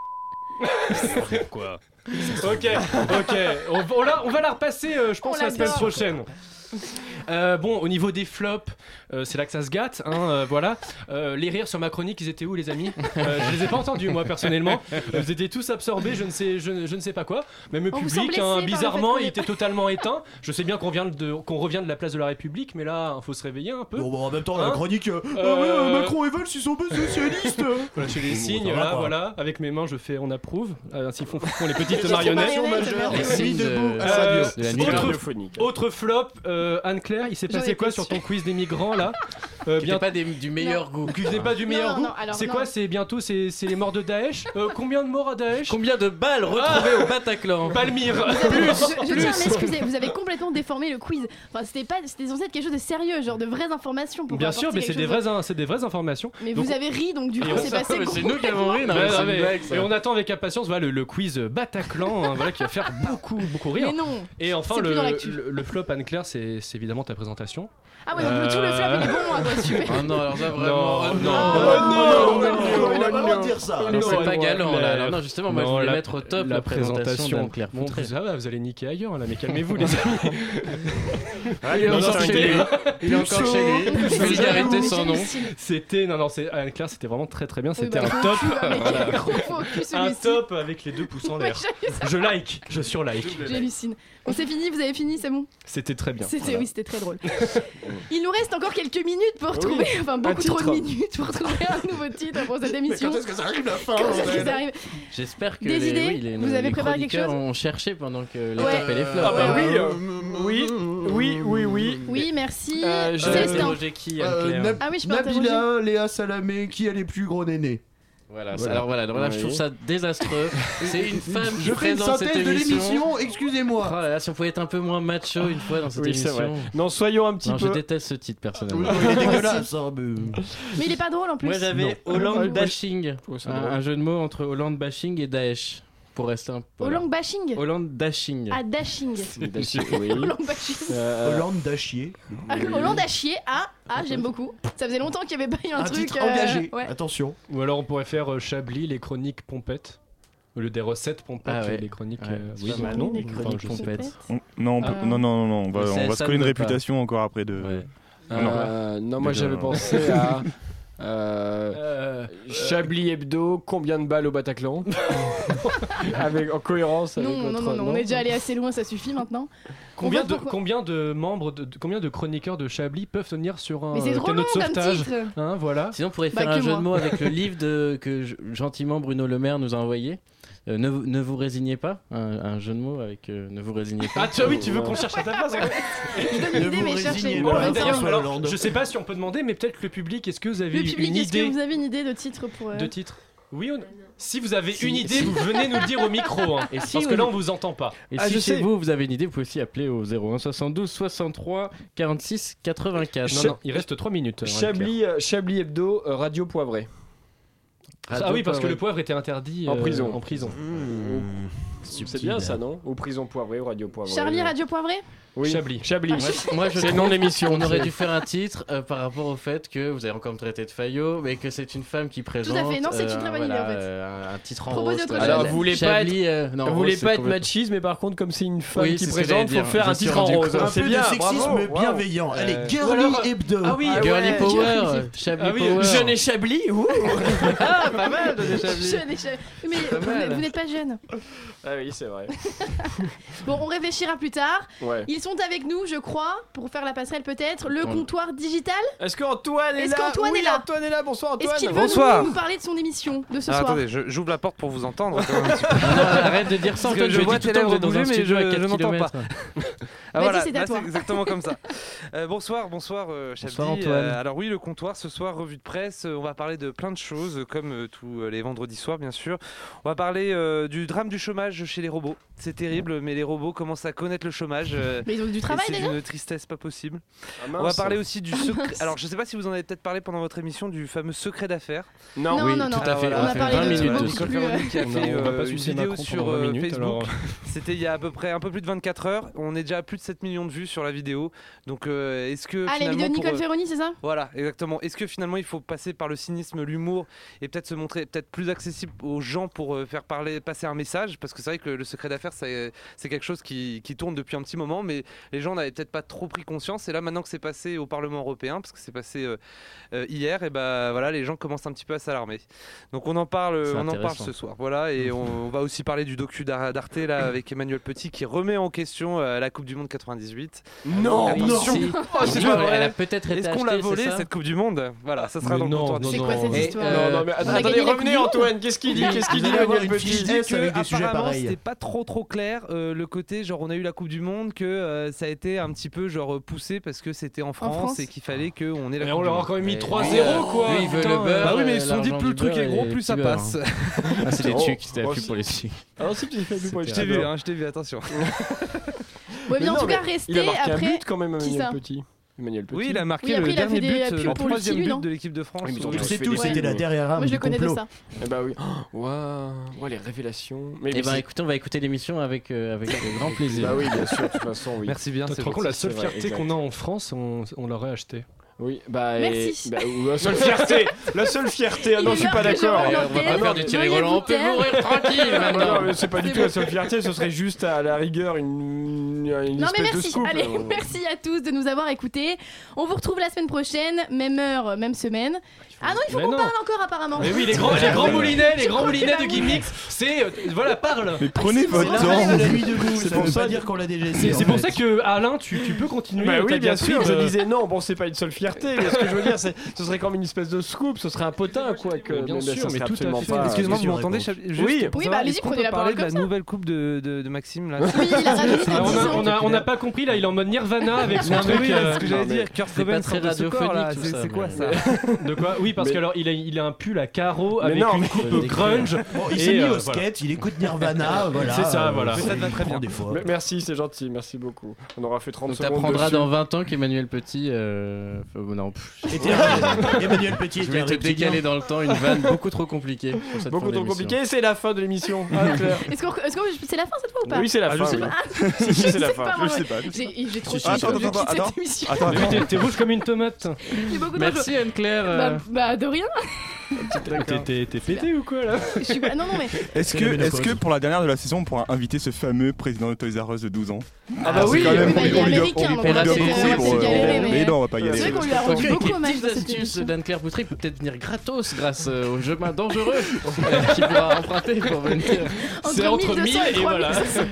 Quoi? Ok, ok. On, on la- on va la repasser, euh, je pense, On la semaine l'adore. prochaine. Euh, bon, au niveau des flops, euh, c'est là que ça se gâte, hein, euh, voilà. Euh, les rires sur ma chronique, ils étaient où, les amis? euh, Je les ai pas entendus, moi, personnellement. Euh, Vous étiez tous absorbés, je ne sais, je, je ne sais pas quoi. Même le On vous public, sent blessé hein, par le fait bizarrement, qu'on il ait était pas- totalement éteint. Je sais bien qu'on vient de, qu'on revient de la place de la République, mais là, il faut se réveiller un peu. Bon, bon, en même temps, Hein la chronique. Euh, Euh, Ah ouais, euh, Macron et Valls, ils sont pas socialistes. Voilà, chez les Bon, signes, ça va, là, quoi. voilà. Avec mes mains, je fais on approuve. Euh, Ainsi font, font les petites Gestion marionnettes. marionnette, majeure, merci. la nuit Signe de- debout à Euh, Sadio. de la nuit autre- radiophonique. Autre flop, euh, Anne-Claire, il s'est J'en passé étais quoi sur ton sûre. quiz des migrants là euh, Qui bien... n'est pas des- du meilleur goût. Qui n'est pas du Non, meilleur non, goût. non, alors, C'est non. quoi? C'est bientôt c'est, c'est les morts de Daesh. Euh, Combien de morts à Daesh? Combien de balles retrouvées au Bataclan? Palmyre. Je, Plus, je tiens à plus. m'excuser, vous avez complètement déformé le quiz. Enfin, c'était pas, c'était censé être quelque chose de sérieux, genre de vraies informations. Pour Bien apporter sûr, mais quelque c'est des chose de- vraies, in- c'est des vraies informations. Mais Donc, vous avez ri, donc du coup, Et on- c'est passé. mais c'est nous qui avons ri, non, Ouais, mais c'est non, une mais- blague, ça. et on attend avec impatience voilà, le, le quiz Bataclan hein, voilà, qui va faire beaucoup, beaucoup rire. Mais non. Et enfin, C'est plus le, dans l'actu. le, le flop, Anne-Claire, c'est, c'est évidemment ta présentation. Ah ouais, donc tout le flop, il est bon, moi, quoi, super. Oh non, alors ça vraiment. Non, oh non, non, non, Il a pas le droit de dire ça. Non, Non, c'est pas non, galant là. Claire. Alors, non, justement, moi je Non, voulais la- mettre au top la, la présentation présentation. d'Anne-Claire Bon, Fontré. ça va, vous allez niquer ailleurs là, mais calmez-vous les amis. Il est Non, encore non, chez c'était- lui. Il est encore chez lui. Solidarité sans nom. C'était non non c'est Anne-Claire, c'était vraiment très très bien, c'était bah, un gros top. cul, mais quel Voilà. gros faux cul, Un celui-ci. top avec les deux pouces en l'air. Je like, je sur-like. J'hallucine. Bon, c'est fini, vous avez fini, c'est bon. C'était très bien. C'était, Voilà. oui, c'était très drôle. Il nous reste encore quelques minutes pour trouver, enfin beaucoup trop de titre. minutes pour trouver un nouveau titre pour cette émission. Quand est-ce que ça arrive la fin? Quand est-ce que ça arrive J'espère que Des les, idées oui, les, Vous avez les préparé quelque chroniqueurs chose ont cherché pendant que les Ouais. tops et les flops. Ah bah hein. oui, euh, oui, oui, oui, oui. Oui, merci. Euh, j'ai Euh, Célestin. interroger qui, Euh, Anne-Claire Nab- Ah oui, je peux interroger. Nabila, Léa Salamé, qui a les plus gros nénés? Voilà, voilà. Alors voilà, voilà oui. Je trouve ça désastreux. C'est une femme qui je présente fais une cette synthèse émission. de l'émission, excusez-moi. Oh là là, si on pouvait être un peu moins macho une fois dans cette oui, émission. C'est vrai. Non, soyons un petit non, peu. Je déteste ce titre personnellement. Oui, il est dégueulasse. Hein, mais... mais il est pas drôle en plus. Moi j'avais Hollande bashing, oh, un, un jeu de mots entre Hollande bashing et Daesh. Pour rester un peu. Hollande bashing. Hollande dashing. Ah dashing. dashing oui. Hollande bashing. Euh... Hollande d'achier. Ah, Hollande à chier. Ah ah j'aime beaucoup. Ça faisait longtemps qu'il n'y avait pas eu un, un truc titre engagé. Euh... Ouais. Attention. Ou alors on pourrait faire euh, Chablis les chroniques pompettes. Au lieu des recettes pompettes, ah ouais. les chroniques. Ouais, euh, oui, bah non, les chroniques enfin, pompettes. On, non, on peut, ah. non, non, non, non, on va, on va se coller une réputation pas. encore après de. Ouais. Euh, non, non, moi j'avais pensé à. Euh, euh, Chablis Hebdo, combien de balles au Bataclan? Avec, en cohérence avec non, votre... non, non, non, on est déjà allé assez loin, ça suffit maintenant. Combien de, combien de membres, de, de, combien de chroniqueurs de Chablis peuvent tenir sur un euh, canot de sauvetage hein, voilà. Sinon on pourrait faire bah, un jeu moi. de mots avec le livre de, que gentiment Bruno Le Maire nous a envoyé. Euh, ne, ne vous résignez pas, un, un jeu de mots avec euh, ne vous résignez pas. Ah tu vois, oui, tu veux qu'on cherche à ta place. Ne vous résignez pas. Alors, je sais pas si on peut demander, mais peut-être le public, est-ce que vous avez le public, une est-ce idée que vous avez une idée de titre pour euh... de titre? Oui ou non? Si vous avez si, une idée, si. vous venez nous le dire au micro, hein, et si parce que là on vous entend pas. Et ah, si je chez sais. vous vous avez une idée, vous pouvez aussi appeler au zéro un soixante-douze soixante-trois quarante-six quatre-vingt-quatre. Ch- non, non, il reste trois minutes. Chablis, euh, Chablis Hebdo, euh, Radio Poivré. Radio ah oui, parce poivré. que le poivre était interdit en euh, prison. En prison. Mmh. C'est bien ça, non? Ou prison poivrée ou radio poivrée. Charlie Radio Poivré? Oui. Chablis. Chablis. Moi, moi je c'est non l'émission. On aurait dû faire un titre euh, par rapport au fait que vous avez encore me traité de faillot, mais que c'est une femme qui présente. Tout à fait. Non, c'est une très bonne idée en fait. Euh, un titre en Proposez rose. autre chose. Alors vous voulez Chablis, pas être, euh, non, vous voulez rose, pas être complètement... machiste, mais par contre comme c'est une femme oui, qui c'est présente, faut faire un titre en rose. Un C'est peu bien. de sexisme bravo, bienveillant. wow. Allez, Euh, Girly alors... Hebdo. Ah oui, Girly ouais. Power. Chablis ah oui, Power. Jeune et Chablis. Ah, pas mal de Chablis. Jeune et Chablis. Mais vous n'êtes pas jeune. Ah oui, c'est vrai. Bon, on réfléchira plus tard. Ouais. Ils sont avec nous, je crois, pour faire la passerelle peut-être. Le comptoir digital. Est-ce qu'Antoine est Est-ce là? qu'Antoine oui, est là Antoine est là. Bonsoir Antoine. Est-ce qu'il veut Bonsoir. nous, nous parler de son émission de ce ah, soir? Attendez, je, j'ouvre la porte pour vous entendre. Quand même, non, non, arrête de dire ça. Parce que je vois tes lèvres bouger, mais je, je n'entends pas. Ah, Vas-y, voilà, c'est, là, c'est exactement comme ça. Euh, bonsoir, bonsoir euh, Chablis. Bonsoir Antoine. Euh, alors oui, le comptoir, ce soir, revue de presse, euh, on va parler de plein de choses, euh, comme euh, tous euh, les vendredis soirs, bien sûr. On va parler euh, du drame du chômage chez les robots. C'est terrible, mais les robots commencent à connaître le chômage. Euh, mais ils ont du travail c'est déjà. d'une tristesse pas possible. Ah, mince. On va parler aussi du secret. mince. Alors je sais pas si vous en avez peut-être parlé pendant votre émission du fameux secret d'affaires. Non, non, oui, non, non. tout à fait. On a parlé vingt de minutes trucs Nicole plus, Ferroni qui a on fait a- on va euh, pas une sucer vidéo Macron sur pendant vingt euh, minutes, Facebook. alors. C'était il y a à peu près un peu plus de vingt-quatre heures. On est déjà à plus de sept millions de vues sur la vidéo. Donc euh, est-ce que Ah, les vidéos de pour, Nicole euh, Ferroni, c'est ça? Voilà, exactement. Est-ce que finalement il faut passer par le cynisme, l'humour et peut-être se montrer peut-être plus accessible aux gens pour euh, faire parler, passer un message? Parce que c'est vrai que le secret d'affaires c'est, c'est quelque chose qui, qui tourne depuis un petit moment, mais les gens n'avaient peut-être pas trop pris conscience. Et là maintenant que c'est passé au Parlement européen, parce que c'est passé euh, euh, hier, et ben voilà, les gens commencent un petit peu à s'alarmer. Donc on en parle, C'est on en parle intéressant. ce soir. Voilà, et on, on va aussi parler du docu d'Ar- d'Arte là avec Emmanuel Petit qui remet en question euh, la Coupe du Monde quatre-vingt-dix-huit. Non, Ah oui, non. si. Oh, c'est Dieu, pas vrai. elle a peut-être été Est-ce qu'on l'a achetée, volé c'est ça cette Coupe du Monde? Voilà, ça sera Mais dans le non, comptoir. non, C'est non. quoi cette Et, histoire? euh, Non, non, mais on a attendez, gagné la revenez Coupe du Antoine, qu'est-ce qu'il dit? Qu'est-ce qu'il Vous dit allez avoir Emmanuel une Petit? fiche S avec des sujets apparemment, pareils. c'était pas trop trop clair euh, le côté genre on a eu la Coupe du Monde que euh, ça a été un petit peu genre poussé parce que c'était en France, France. et qu'il fallait qu'on ait la Mais Coupe on du leur a Monde. quand même mis Mais trois lui, zéro euh, quoi. lui, il veut Putain, le beurre. Bah oui, mais euh, ils se sont dit l'argent plus le du truc est beurre gros, et plus les ça petits beurres, passe. hein. Ah, c'est des Oh, tucs, c'était la oh, pub c'est- pour les tucs. Ah non, si, tu fais plus pour les Je t'ai vu, hein, je t'ai vu, attention. Ouais, mais en non, tout cas, mais restez il a marqué après. un but quand même, Qui Emmanuel ça Petit. Emmanuel Petit. Oui, il a marqué Oui, après, le il a fait dernier des- but, la pub le pour le troisième Chili, but non de l'équipe de France. Oui, mais ils ont Oui, tous C'est fait tout, des c'était buts. la dernière arme Moi, je du le connais de complot. ça. Eh bah oui. Waouh, ouais, les révélations. Mais Eh mais ben c'est- écoutez, on va écouter l'émission avec, euh, avec euh, grand plaisir. Bah oui, bien sûr, de toute façon, oui. Merci bien. Tu te c'est rends compte la gentil. seule c'est vrai, fierté exact. qu'on a en France, on, on l'aurait acheté. Oui, bah. Merci. Et, bah, ou la seule fierté La seule fierté Ah Il non, est je suis l'heure pas que je d'accord. rentre Eh, dans on va le pas thème. faire du Thierry Non, il y a Roland, on peut Bouter. mourir tranquille Ah maintenant. non, mais c'est pas du tout la seule fierté, ce serait juste à la rigueur une, une Non mais espèce de merci, scoop. allez, merci à tous de nous avoir écoutés. On vous retrouve la semaine prochaine, même heure, même semaine. Ah non, il faut Mais qu'on non. parle encore apparemment. Mais oui, les grands, les grands moulinets, les grands moulinets de Gimmicks, c'est. euh, voilà, parle. Mais prenez c'est votre bon, temps. La nuit debout, C'est ça pour veut ça pas que- dire qu'on l'a déjà dit. C'est en c'est pour fait. ça que Alain, tu, tu peux continuer. Bah t'as oui, bien pris, sûr, je euh, disais non, bon, c'est pas une seule fierté. fierté. Mais ce que je veux dire, c'est ce serait comme une espèce de scoop, ce serait un potin, quoi. Que, bien mais, sûr, mais, mais tout absolument à fait. pas. Excusez-moi, vous m'entendez Juste Oui, Oui, bah, allez-y, est-ce qu'on prenez peut la parler parole de comme la ça. nouvelle coupe de, de, de Maxime là. Oui, il a rajouté Ah, on dix a- ans. on a- on n'a pas compris là, il est en mode Nirvana avec son Non, mais truc. oui, euh, c'est ce que j'allais non, mais dire. Kurt c'est pas Cobain très sort de ce corps là. radiophonique, tout C'est ça, c'est quoi mais- ça De quoi Oui, parce Mais- qu'alors il a, il a un pull à carreaux Mais avec non, une mais- coupe grunge. Bon, il et, s'est mis euh, au voilà. skate, il écoute Nirvana, voilà. C'est ça, euh, voilà. Mais ça te va très il prend bien. des fois. Mais merci, c'est gentil, merci beaucoup. On aura fait trente Donc secondes. t'apprendras dessus. dans vingt ans qu'Emmanuel Petit. Euh... enfin, non, pff, Était un- Emmanuel Petit je était vais un te reptilien. décaler dans le temps une vanne beaucoup trop compliquée. pour cette Beaucoup fin trop d'émission. compliqué, c'est la fin de l'émission. Ah, Claire. Est-ce qu'on- est-ce que c'est la fin cette fois ou pas Oui, c'est la Ah, je fin. sais oui. pas. Si, si, c'est la sais fin. pas, moi, Je sais pas. je sais J'ai j'ai trop Si, si, chaud, attends, je attends, quitte attends. cette émission. pas. Attends, Mais oui, attends. t'es- t'es rouge comme une tomate. J'ai beaucoup de Merci Anne-Claire. Bah, euh, bah, de rien. T'es- T'es t'es pété ou quoi là Je suis pas... Non, non, mais. Est-ce que, est-ce que pour la dernière de la saison, on pourra inviter ce fameux président de Toys R Us de douze ans? Ah bah oui, c'est quand même- oui, bah, il est on lui doit- américain, on lui- donc on lui on va doit peut-être- beaucoup on va pour, peut-être y euh, aller, mais- mais non, on va pas y C'est aller. vrai qu'on lui a En tout rendu cas, beaucoup avec hommage les dans petites cette astuces émission. d'Anne-Claire Boutry peut peut-être venir gratos grâce euh, au chemin dangereux euh, qu'il pourra emprunter pour venir. C'est entre mille et voilà.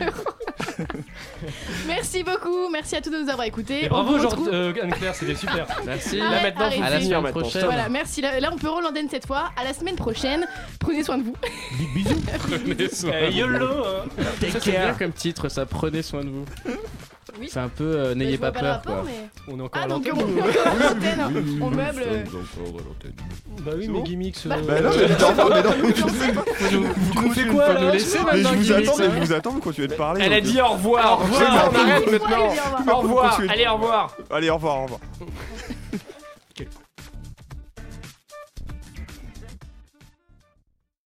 Merci beaucoup, merci à tous de nous avoir écoutés. Et On bravo vous genre, retrouve- euh, Anne-Claire, c'était super. Merci. Arrête, Là maintenant, faut arrêtez. À la finir semaine maintenant. prochaine. Voilà, merci. Là, là, on peut rendre l'antenne cette fois. À la semaine prochaine. Prenez soin de vous. Big bisous. Eh, YOLO hein. Ça, c'est bien comme titre, ça. Prenez soin de vous. Oui. C'est un peu euh, n'ayez Je vois pas le peur rapport, quoi. mais- On est encore Ah, à donc l'antenne. on est encore à l'antenne. On meuble. euh, Bah oui, mais gimmicks. Bah, euh, Bah non, mais non, mais non, mais je sais pas. Tu nous fais continuez quoi de là nous laisser Mais je maintenant, vous Gimmicks, attends, mais hein. je vous attends, vous continuez de parler. Elle a donc, dit au revoir. Au revoir. C'est bon, on arrête Une fois, maintenant. il dit au revoir. Au revoir. Continuez. Allez, au revoir. euh, Allez, au revoir, au revoir.